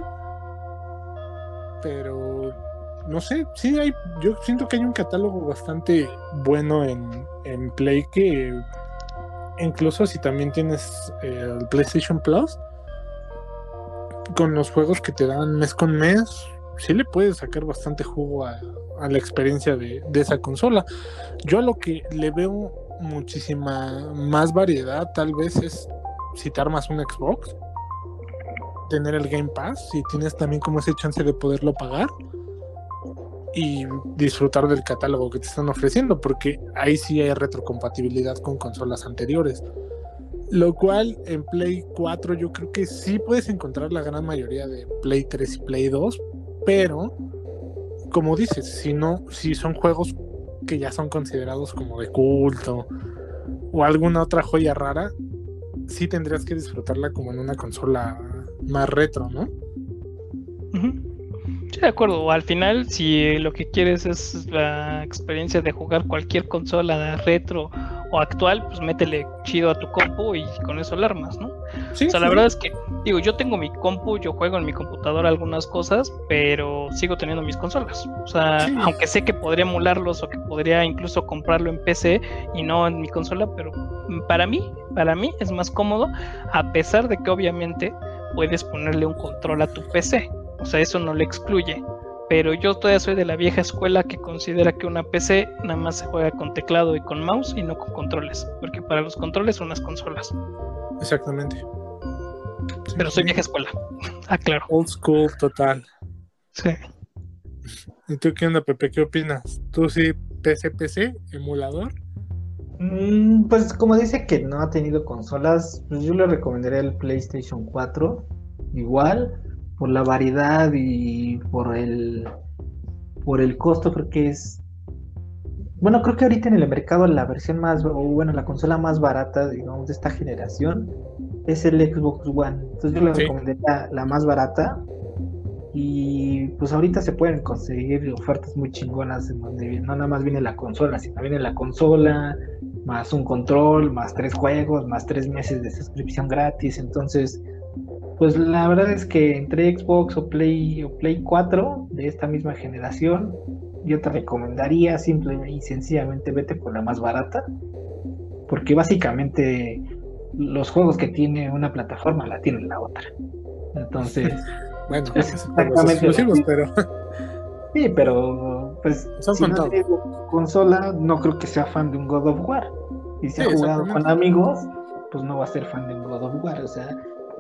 Pero no sé, sí hay, yo siento que hay un catálogo bastante bueno en Play, que incluso si también tienes el PlayStation Plus, con los juegos que te dan mes con mes, sí le puedes sacar bastante jugo a la experiencia de esa consola. Yo a lo que le veo muchísima más variedad tal vez es si te armas un Xbox, tener el Game Pass, si tienes también como ese chance de poderlo pagar y disfrutar del catálogo que te están ofreciendo, porque ahí sí hay retrocompatibilidad con consolas anteriores. Lo cual en Play 4 yo creo que sí puedes encontrar la gran mayoría de Play 3 y Play 2, pero como dices, si son juegos que ya son considerados como de culto o alguna otra joya rara, sí tendrías que disfrutarla como en una consola más retro, ¿no? Sí, de acuerdo. O al final, si lo que quieres es la experiencia de jugar cualquier consola retro o actual, pues métele chido a tu compu y con eso la armas, ¿no? Sí, o sea, la verdad es que, digo, yo tengo mi compu, yo juego en mi computadora algunas cosas, pero sigo teniendo mis consolas. O sea, aunque sé que podría emularlos o que podría incluso comprarlo en PC y no en mi consola, pero para mí es más cómodo, a pesar de que obviamente puedes ponerle un control a tu PC. O sea, eso no le excluye. Pero yo todavía soy de la vieja escuela que considera que una PC nada más se juega con teclado y con mouse y no con controles. Porque para los controles son las consolas. Exactamente. Sí, pero soy vieja escuela. Claro. Old school total. Sí. ¿Y tú qué onda, Pepe? ¿Qué opinas? ¿Tú sí PC, emulador? Pues como dice que no ha tenido consolas, pues yo le recomendaría el PlayStation 4. Igual, por la variedad y por el costo, creo que es... Bueno, creo que ahorita en el mercado la versión más, o bueno, la consola más barata, digamos, de esta generación es el Xbox One. Entonces yo le recomendaría la más barata. Y pues ahorita se pueden conseguir ofertas muy chingonas en donde no nada más viene la consola, sino viene la consola, más un control, más 3 juegos, más 3 meses de suscripción gratis. Entonces, pues la verdad es que entre Xbox o Play 4 de esta misma generación, yo te recomendaría simple y sencillamente vete por la más barata, porque básicamente los juegos que tiene una plataforma la tiene la otra. Entonces, bueno, es exactamente exclusivos, pero sí, pero pues son si no tienes consola, no creo que sea fan de un God of War. Y si ha jugado con amigos, pues no va a ser fan de un God of War. O sea,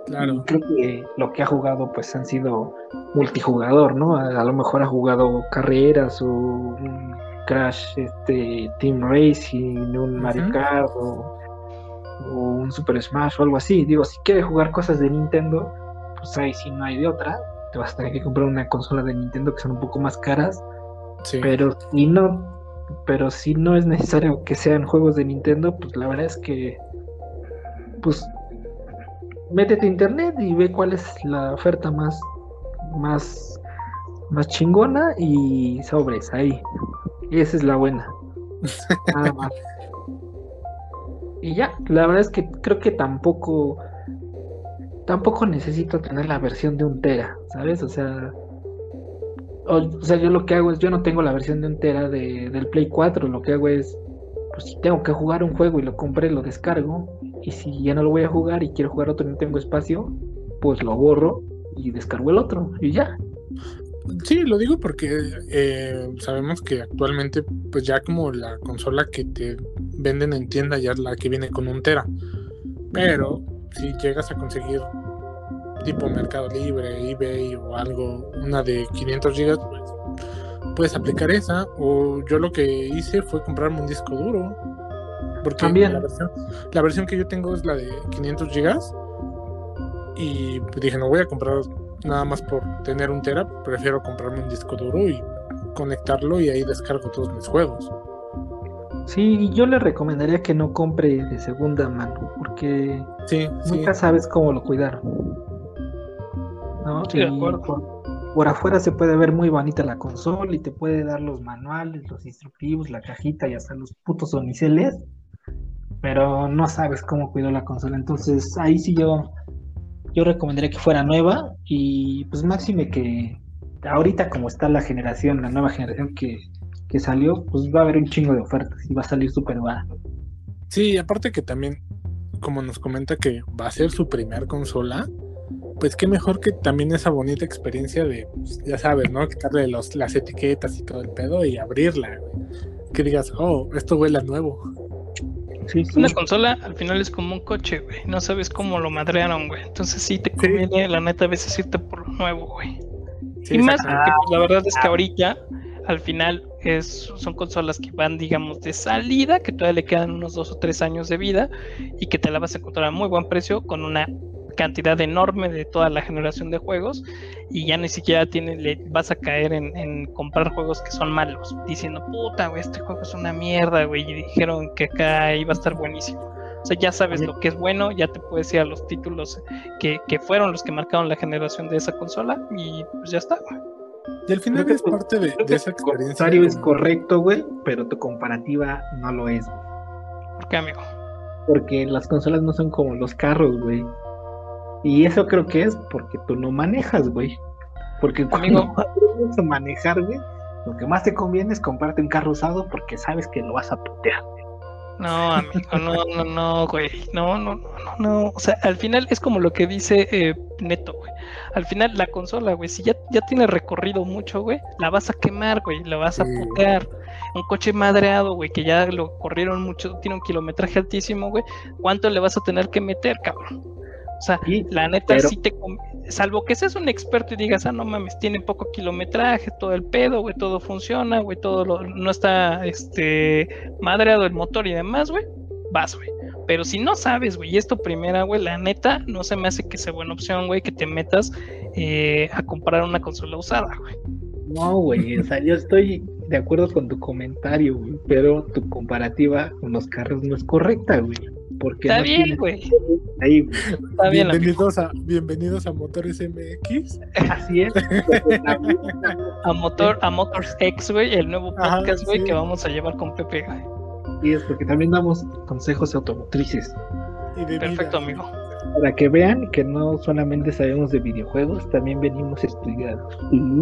Claro. Creo que lo que ha jugado pues han sido multijugador, ¿no? A lo mejor ha jugado carreras o un Crash Team Racing, un Mario Ujú. Kart o un Super Smash o algo así. Digo, si quieres jugar cosas de Nintendo, pues ahí sí no hay de otra. Te vas a tener que comprar una consola de Nintendo que son un poco más caras, Sí. pero si no es necesario que sean juegos de Nintendo, pues la verdad es que pues métete a internet y ve cuál es la oferta más, más chingona y sobres ahí. Esa es la buena. Nada más. Y ya, la verdad es que creo que tampoco necesito tener la versión de un tera, ¿sabes? O sea, yo lo que hago es, yo no tengo la versión de un tera del Play 4, lo que hago es, pues si tengo que jugar un juego y lo compré, lo descargo, y si ya no lo voy a jugar y quiero jugar otro y no tengo espacio, pues lo borro y descargo el otro, y ya. Sí, lo digo porque sabemos que actualmente, pues ya como la consola que te venden en tienda ya es la que viene con 1 tera. Pero si llegas a conseguir tipo Mercado Libre, eBay o algo, una de 500 gigas, pues puedes aplicar esa. O yo lo que hice fue comprarme un disco duro. Porque También, la versión que yo tengo es la de 500 gigas. Y dije, no voy a comprar nada más por tener 1 tera, prefiero comprarme un disco duro y conectarlo y ahí descargo todos mis juegos. sí, yo le recomendaría que no compre de segunda mano, porque Sí, sí, nunca sabes cómo lo cuidaron, ¿no? Estoy de Y acuerdo. por afuera se puede ver muy bonita la consola y te puede dar los manuales, los instructivos, la cajita y hasta los putos oniceles, pero no sabes cómo cuidó la consola. Entonces ahí sí yo recomendaría que fuera nueva y pues máxime que ahorita como está la generación, la nueva generación que salió, pues va a haber un chingo de ofertas y va a salir súper barato. sí, aparte que también, como nos comenta que va a ser su primer consola, pues qué mejor que también esa bonita experiencia de, pues, ya sabes, ¿no? Quitarle las etiquetas y todo el pedo y abrirla, güey. Que digas, oh, esto huele a nuevo. Sí, sí. Una consola al final es como un coche, güey. No sabes cómo lo madrearon, güey. Entonces sí te Sí, conviene, la neta, a veces irte por lo nuevo, güey. sí, Y más exactamente. porque pues, la verdad es que ahorita, al final, son consolas que van, digamos, de salida, que todavía le quedan unos 2 o 3 años de vida y que te la vas a encontrar a muy buen precio con una cantidad enorme de toda la generación de juegos y ya ni siquiera vas a caer en comprar juegos que son malos, diciendo, puta, güey, este juego es una mierda, güey, y dijeron que acá iba a estar buenísimo. O sea, ya sabes lo que es bueno, ya te puedes ir a los títulos que fueron los que marcaron la generación de esa consola y pues ya está, güey. Y al Creo final que es parte creo de que esa tu experiencia comentario es como... correcto, güey, pero tu comparativa no lo es, güey. ¿Por qué, amigo? Porque las consolas no son como los carros, güey. Y eso creo que es porque tú no manejas, güey. Porque cuando Amigo, aprendes a manejar, güey, lo que más te conviene es comprarte un carro usado porque sabes que lo vas a putear. no, amigo, no, güey, no. O sea, al final es como lo que dice Neto, güey. Al final la consola, güey, si ya tiene recorrido mucho, güey, la vas a quemar, güey, la vas a Sí, putear. Un coche madreado, güey, que ya lo corrieron mucho, tiene un kilometraje altísimo, güey, ¿cuánto le vas a tener que meter, cabrón? O sea, Sí, la neta pero sí salvo que seas un experto y digas, no mames, tiene poco kilometraje, todo el pedo, güey, todo funciona, güey, no está, madreado el motor y demás, güey, vas, güey. Pero si no sabes, güey, y es tu primera, güey, la neta, no se me hace que sea buena opción, güey, que te metas a comprar una consola usada, güey. no, güey. O sea, yo estoy de acuerdo con tu comentario, güey, pero tu comparativa con los carros no es correcta, güey. Porque Está no bien, tienes güey, ahí, güey. está bien, amigo. bienvenidos a Motores MX. Así es. A Motors X, güey, el nuevo Ajá, podcast, güey, que sí. vamos a llevar con Pepe, güey. Y es porque también damos consejos automotrices. Y de Perfecto, vida. amigo. Para que vean que no solamente sabemos de videojuegos, también venimos estudiados.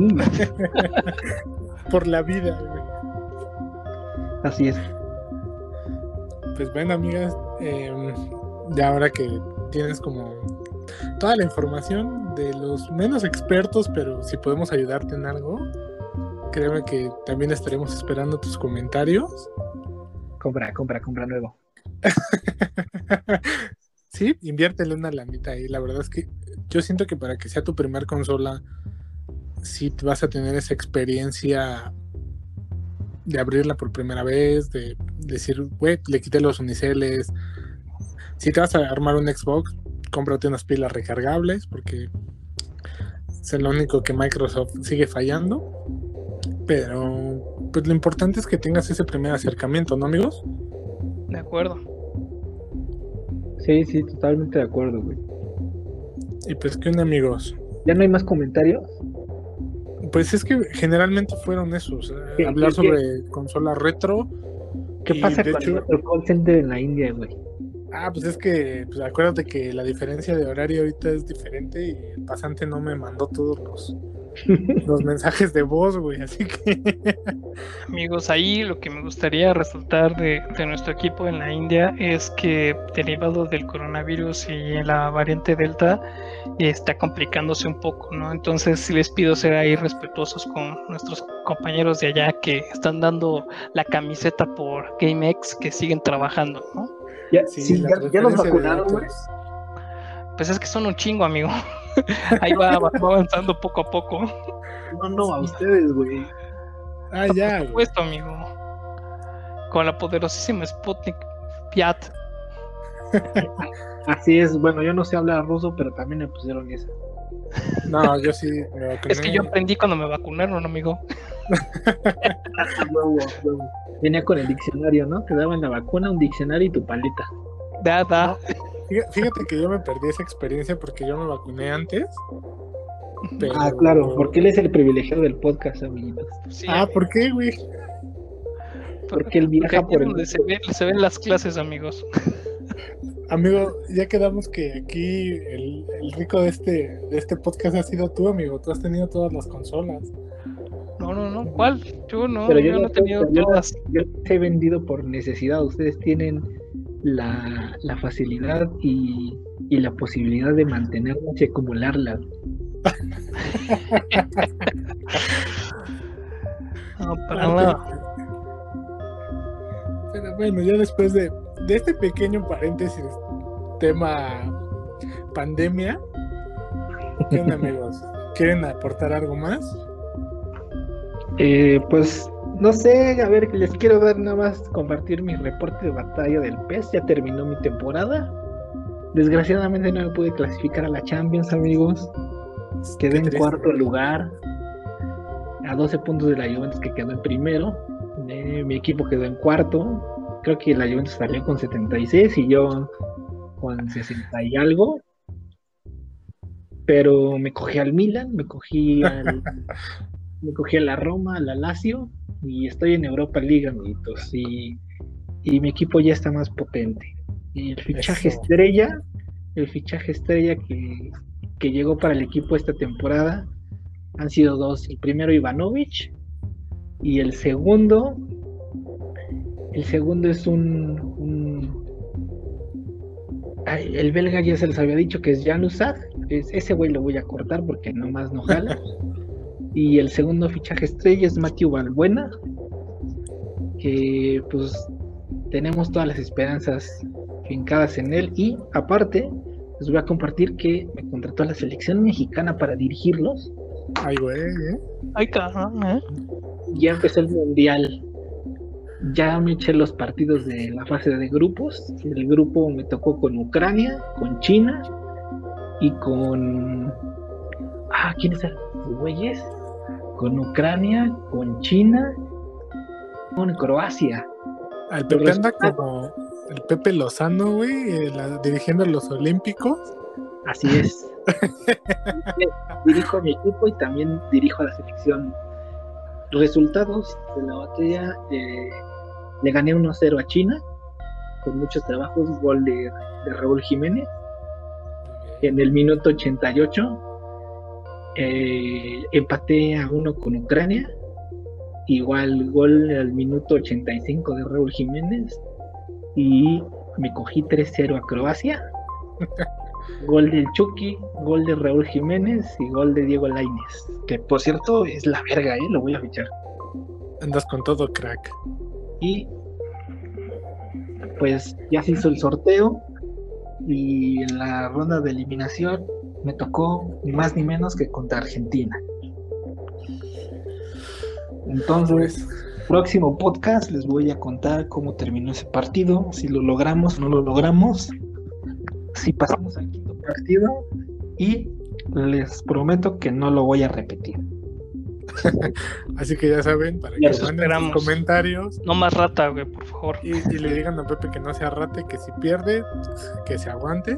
Por la vida, güey. Así es. Pues bueno, amigas, ya ahora que tienes como toda la información de los menos expertos, pero si podemos ayudarte en algo, créeme que también estaremos esperando tus comentarios. Compra nuevo. sí, inviértele una lanita ahí. La verdad es que yo siento que para que sea tu primer consola, sí vas a tener esa experiencia de abrirla por primera vez, de decir, güey, le quité los uniceles. Si te vas a armar un Xbox, cómprate unas pilas recargables, porque es lo único que Microsoft sigue fallando. Pero pues lo importante es que tengas ese primer acercamiento, ¿no, amigos? De acuerdo. Sí, totalmente de acuerdo, güey. Y pues, ¿qué onda, amigos? ¿Ya no hay más comentarios? Pues es que generalmente fueron esos, ¿Qué- hablar qué- sobre consola retro. ¿Qué Y pasa de con hecho, nuestro call center en la India, güey? pues es que, pues acuérdate que la diferencia de horario ahorita es diferente y el pasante no me mandó todos los mensajes de voz, güey, así que Amigos, ahí lo que me gustaría resaltar de nuestro equipo en la India es que derivado del coronavirus y la variante Delta está complicándose un poco, ¿no? Entonces sí les pido ser ahí respetuosos con nuestros compañeros de allá que están dando la camiseta por GameX, que siguen trabajando, ¿no? sí, la ya nos transferencia de vacunaron, güey. datos. Pues es que son un chingo, amigo. Ahí va avanzando poco a poco. No, a ustedes, güey. Ya, Por supuesto, amigo. Con la poderosísima Sputnik Piat. Así es, bueno, yo no sé hablar ruso, pero también me pusieron esa. No, yo sí me vacuné. Es que yo aprendí cuando me vacunaron, amigo. Huevo. Venía con el diccionario, ¿no? Te daban la vacuna, un diccionario y tu paleta. Da. Fíjate que yo me perdí esa experiencia porque yo me vacuné antes. Pero... claro, porque él es el privilegiado del podcast, amiguitos. Sí, ¿por qué, güey? Porque él viaja aquí por es donde se ven las clases, amigos. Amigo, ya quedamos que aquí el rico de este podcast ha sido tú, amigo. Tú has tenido todas las consolas. No, ¿cuál? Yo no, Pero yo no he tenido todas. Yo las he vendido por necesidad. Ustedes tienen la facilidad y la posibilidad de mantenerlas y acumularlas. No, para nada. Pero bueno, ya después de este pequeño paréntesis, tema pandemia, ¿qué onda, amigos? ¿Quieren aportar algo más? Pues no sé, a ver, les quiero dar nada más compartir mi reporte de batalla del PES. Ya terminó mi temporada. Desgraciadamente no me pude clasificar a la Champions, amigos. Quedé en cuarto lugar, a 12 puntos de la Juventus, que quedó en primero. Mi equipo quedó en cuarto. Creo que la Juventus salió con 76 y yo con 60 y algo. Pero me cogí al Milan, me cogí a la Roma, a la Lazio, y estoy en Europa League, amiguitos. Y mi equipo ya está más potente. Y el fichaje estrella que llegó para el equipo esta temporada han sido dos. El primero, Ivanovic, y el segundo es el belga, ya se les había dicho que es Januzaj. Ese güey lo voy a cortar porque nomás no jala. Y el segundo fichaje estrella es Mathieu Valbuena, que pues tenemos todas las esperanzas fincadas en él. Y aparte les voy a compartir que me contrató a la selección mexicana para dirigirlos. Ay, güey, Ay, caramba, Ya empezó el mundial. Ya me eché los partidos de la fase de grupos. El grupo me tocó con Ucrania, con China y con... ¿quiénes eran los güeyes? Con Ucrania, con China, con Croacia. Al Pepe anda como el Pepe Lozano, güey, dirigiendo los Olímpicos. Así es. Dirijo a mi equipo y también dirijo a la selección. Los resultados de la batalla: le gané 1-0 a China con muchos trabajos. Gol de Raúl Jiménez en el minuto 88. Empaté a 1 con Ucrania, igual gol al minuto 85 de Raúl Jiménez, y me cogí 3-0 a Croacia. Gol del Chucky, gol de Raúl Jiménez y gol de Diego Lainez, que por cierto es la verga, lo voy a fichar. Andas con todo, crack. Y pues ya se hizo el sorteo y en la ronda de eliminación me tocó ni más ni menos que contra Argentina. Entonces, próximo podcast les voy a contar cómo terminó ese partido, si lo logramos o no lo logramos, si pasamos al quinto partido, y les prometo que no lo voy a repetir. Así que ya saben, para Ya que eso manden sus esperamos. comentarios No más rata, güey, por favor. y le digan a Pepe que no se arrate, que si pierde, que se aguante.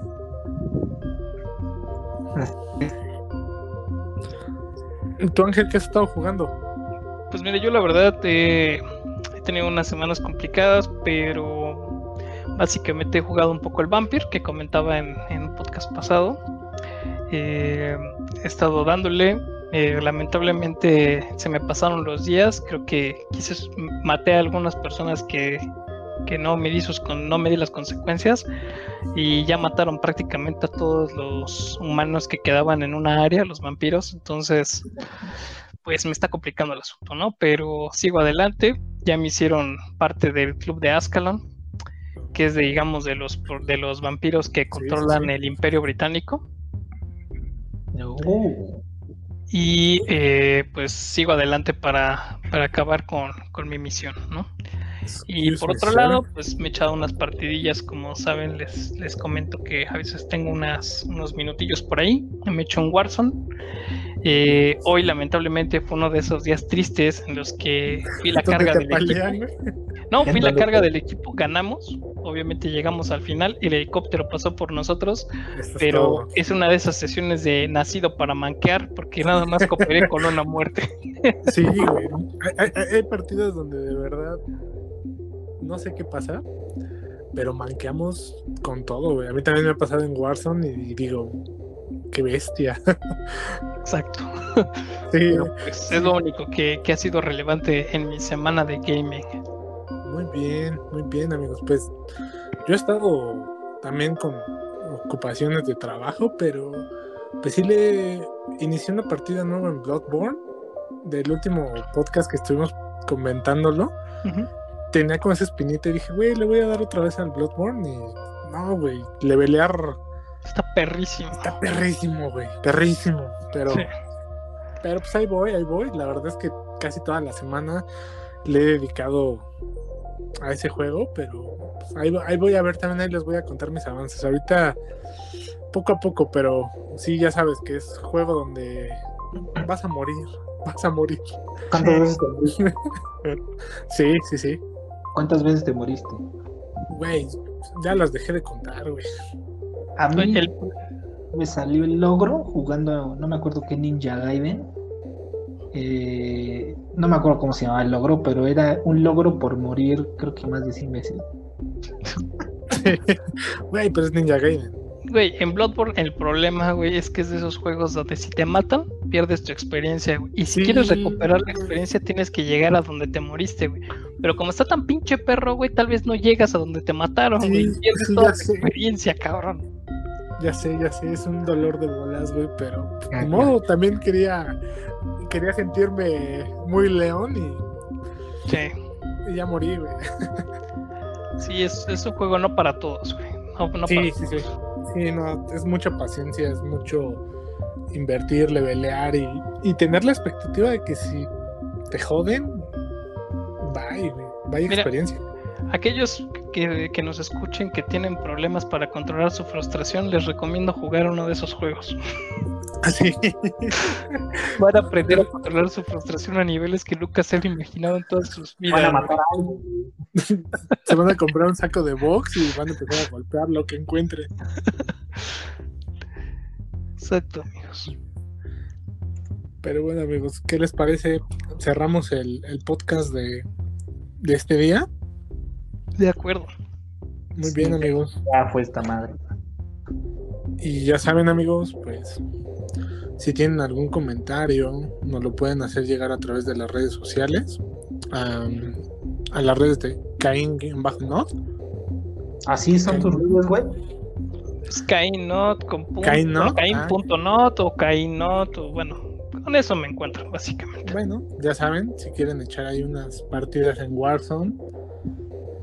¿Tú, Ángel, qué has estado jugando? Pues mire, yo la verdad he tenido unas semanas complicadas, pero básicamente he jugado un poco el Vampire, que comentaba en un podcast pasado. He estado dándole. Lamentablemente se me pasaron los días. Creo que maté a algunas personas que no me di las consecuencias, y ya mataron prácticamente a todos los humanos que quedaban en una área, los vampiros. Entonces pues me está complicando el asunto, ¿no? Pero sigo adelante. Ya me hicieron parte del club de Ascalon, que es digamos de los vampiros que controlan sí. el Imperio Británico. Oh. Y pues sigo adelante para acabar con mi misión, ¿no? Y por otro lado, pues me he echado unas partidillas, como saben, les comento que a veces tengo unos minutillos por ahí. Me he hecho un Warzone. Hoy lamentablemente fue uno de esos días tristes en los que fui la carga del equipo. No, fui la carga del equipo, ganamos, obviamente llegamos al final, el helicóptero pasó por nosotros, pero es una de esas sesiones de nacido para manquear, porque nada más cooperé con una muerte. Sí, güey. Hay partidos donde de verdad no sé qué pasa, pero manqueamos con todo, güey. A mí también me ha pasado en Warzone y digo, qué bestia. Exacto. Sí, pero pues es lo único que ha sido relevante en mi semana de gaming. Muy bien, amigos. Pues yo he estado también con ocupaciones de trabajo, pero pues sí le inicié una partida nueva en Bloodborne, del último podcast que estuvimos comentándolo. Uh-huh. Tenía como esa espinita y dije, güey, le voy a dar otra vez al Bloodborne, y no, güey, levelear está perrísimo. Está perrísimo, güey, perrísimo, pero sí. Pero pues ahí voy. La verdad es que casi toda la semana le he dedicado a ese juego, pero pues ahí voy a ver también, ahí les voy a contar mis avances. Ahorita poco a poco, pero sí, ya sabes que es juego donde vas a morir. ¿Cuántas veces te moriste? Sí. ¿Cuántas veces te moriste? Güey, ya las dejé de contar, güey. A mí me salió el logro jugando, no me acuerdo qué Ninja Gaiden. No me acuerdo cómo se llamaba el logro, pero era un logro por morir, creo que más de 100 veces. Güey, pero es Ninja Gaiden. Güey, en Bloodborne el problema, güey, es que es de esos juegos donde si te matan, pierdes tu experiencia, güey. Y si quieres recuperar la experiencia, tienes que llegar a donde te moriste, güey. Pero como está tan pinche perro, güey, tal vez no llegas a donde te mataron, güey. Pierdes toda tu experiencia, cabrón. Ya sé, es un dolor de bolas, güey, pero de modo también quería sentirme muy león y ya morí, güey. Sí, es un juego no para todos, güey. No sí. Sí, no, es mucha paciencia, es mucho invertir, levelear y tener la expectativa de que si te joden, vaya experiencia. Aquellos que nos escuchen que tienen problemas para controlar su frustración, les recomiendo jugar uno de esos juegos. Así. Van a aprender a controlar su frustración a niveles que nunca se han imaginado en todas sus vidas. Van a matar a alguien. Se van a comprar un saco de box y van a empezar a golpear lo que encuentren. Exacto, amigos. Pero bueno, amigos, ¿qué les parece? Cerramos el podcast de este día. De acuerdo. Muy bien, amigos. Ya fue esta madre. Y ya saben, amigos, pues si tienen algún comentario, nos lo pueden hacer llegar a través de las redes sociales, a las redes de Cain-Not. Así son tus redes, güey. Pues Cain-Not con punto, Cain-Not, Cain.not o Cain-Not, o bueno, con eso me encuentro básicamente. Bueno, ya saben, si quieren echar ahí unas partidas en Warzone,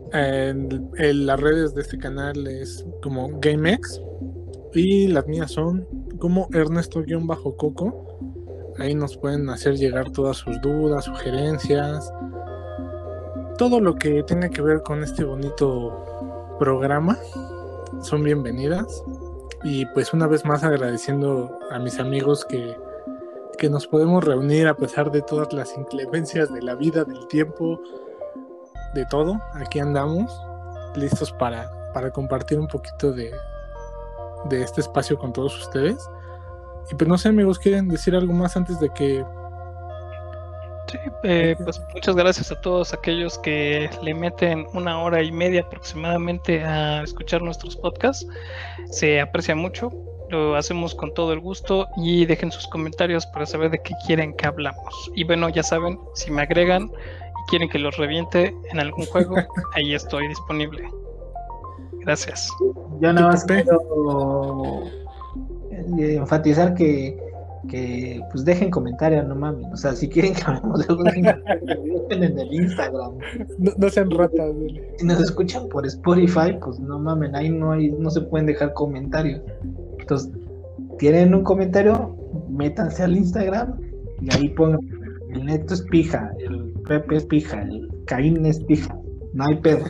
Las redes de este canal es como GameX y las mías son como Ernesto-Coco. Ahí nos pueden hacer llegar todas sus dudas, sugerencias, todo lo que tenga que ver con este bonito programa. Son bienvenidas. Y pues una vez más agradeciendo a mis amigos que nos podemos reunir a pesar de todas las inclemencias de la vida, del tiempo, de todo. Aquí andamos, listos para compartir un poquito de este espacio con todos ustedes. Y pues no sé, amigos, ¿quieren decir algo más antes de que...? Sí, pues muchas gracias a todos aquellos que le meten 1 hora y media aproximadamente a escuchar nuestros podcasts. Se aprecia mucho, lo hacemos con todo el gusto y dejen sus comentarios para saber de qué quieren que hablamos. Y bueno, ya saben, si me agregan y quieren que los reviente en algún juego, ahí estoy disponible. Gracias. Yo nada más quiero enfatizar que pues dejen comentarios, no mames. O sea, si quieren que hablemos de algo, dejen en el Instagram. No sean ratas, dile. Si nos escuchan por Spotify, pues no mamen, ahí no se pueden dejar comentarios. Entonces, tienen un comentario, métanse al Instagram y ahí pongan: el Neto es pija, el Pepe es pija, el Caín es pija. No hay pedo.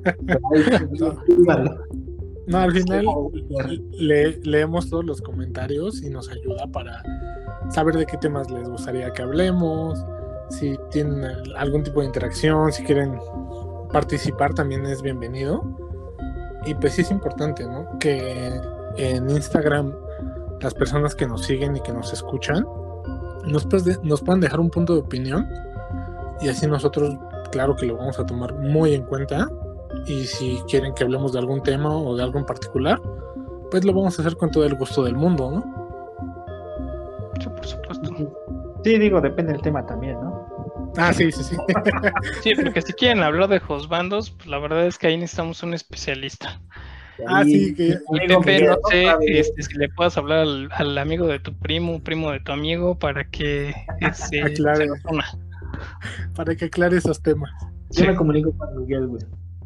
No, al final leemos todos los comentarios y nos ayuda para saber de qué temas les gustaría que hablemos, si tienen algún tipo de interacción, si quieren participar también es bienvenido. Y pues sí es importante, ¿no? Que en Instagram las personas que nos siguen y que nos escuchan nos puedan dejar un punto de opinión y así nosotros, claro que lo vamos a tomar muy en cuenta. Y si quieren que hablemos de algún tema o de algo en particular, pues lo vamos a hacer con todo el gusto del mundo, ¿no? Sí, por supuesto. Sí, digo, depende del tema también, ¿no? Ah, sí. Sí, porque si quieren hablar de juzbandos, pues la verdad es que ahí necesitamos un especialista. Ah, sí, que... Y Pepe, no sé si le puedas hablar al amigo de tu primo de tu amigo, para que aclare. Para que aclare esos temas. Yo me comunico con Miguel, güey.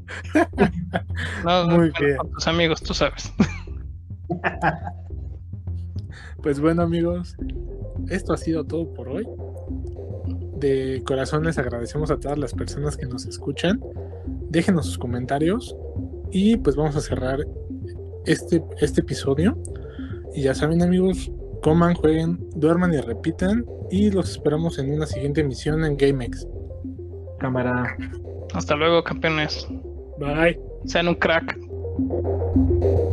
No, muy bien. Con tus amigos, tú sabes. Pues bueno, amigos, esto ha sido todo por hoy. De corazón les agradecemos a todas las personas que nos escuchan. Déjenos sus comentarios y pues vamos a cerrar este episodio. Y ya saben, amigos, coman, jueguen, duerman y repitan. Y los esperamos en una siguiente emisión en GameX. Cámara. Hasta luego, campeones. Bye. Sean un crack.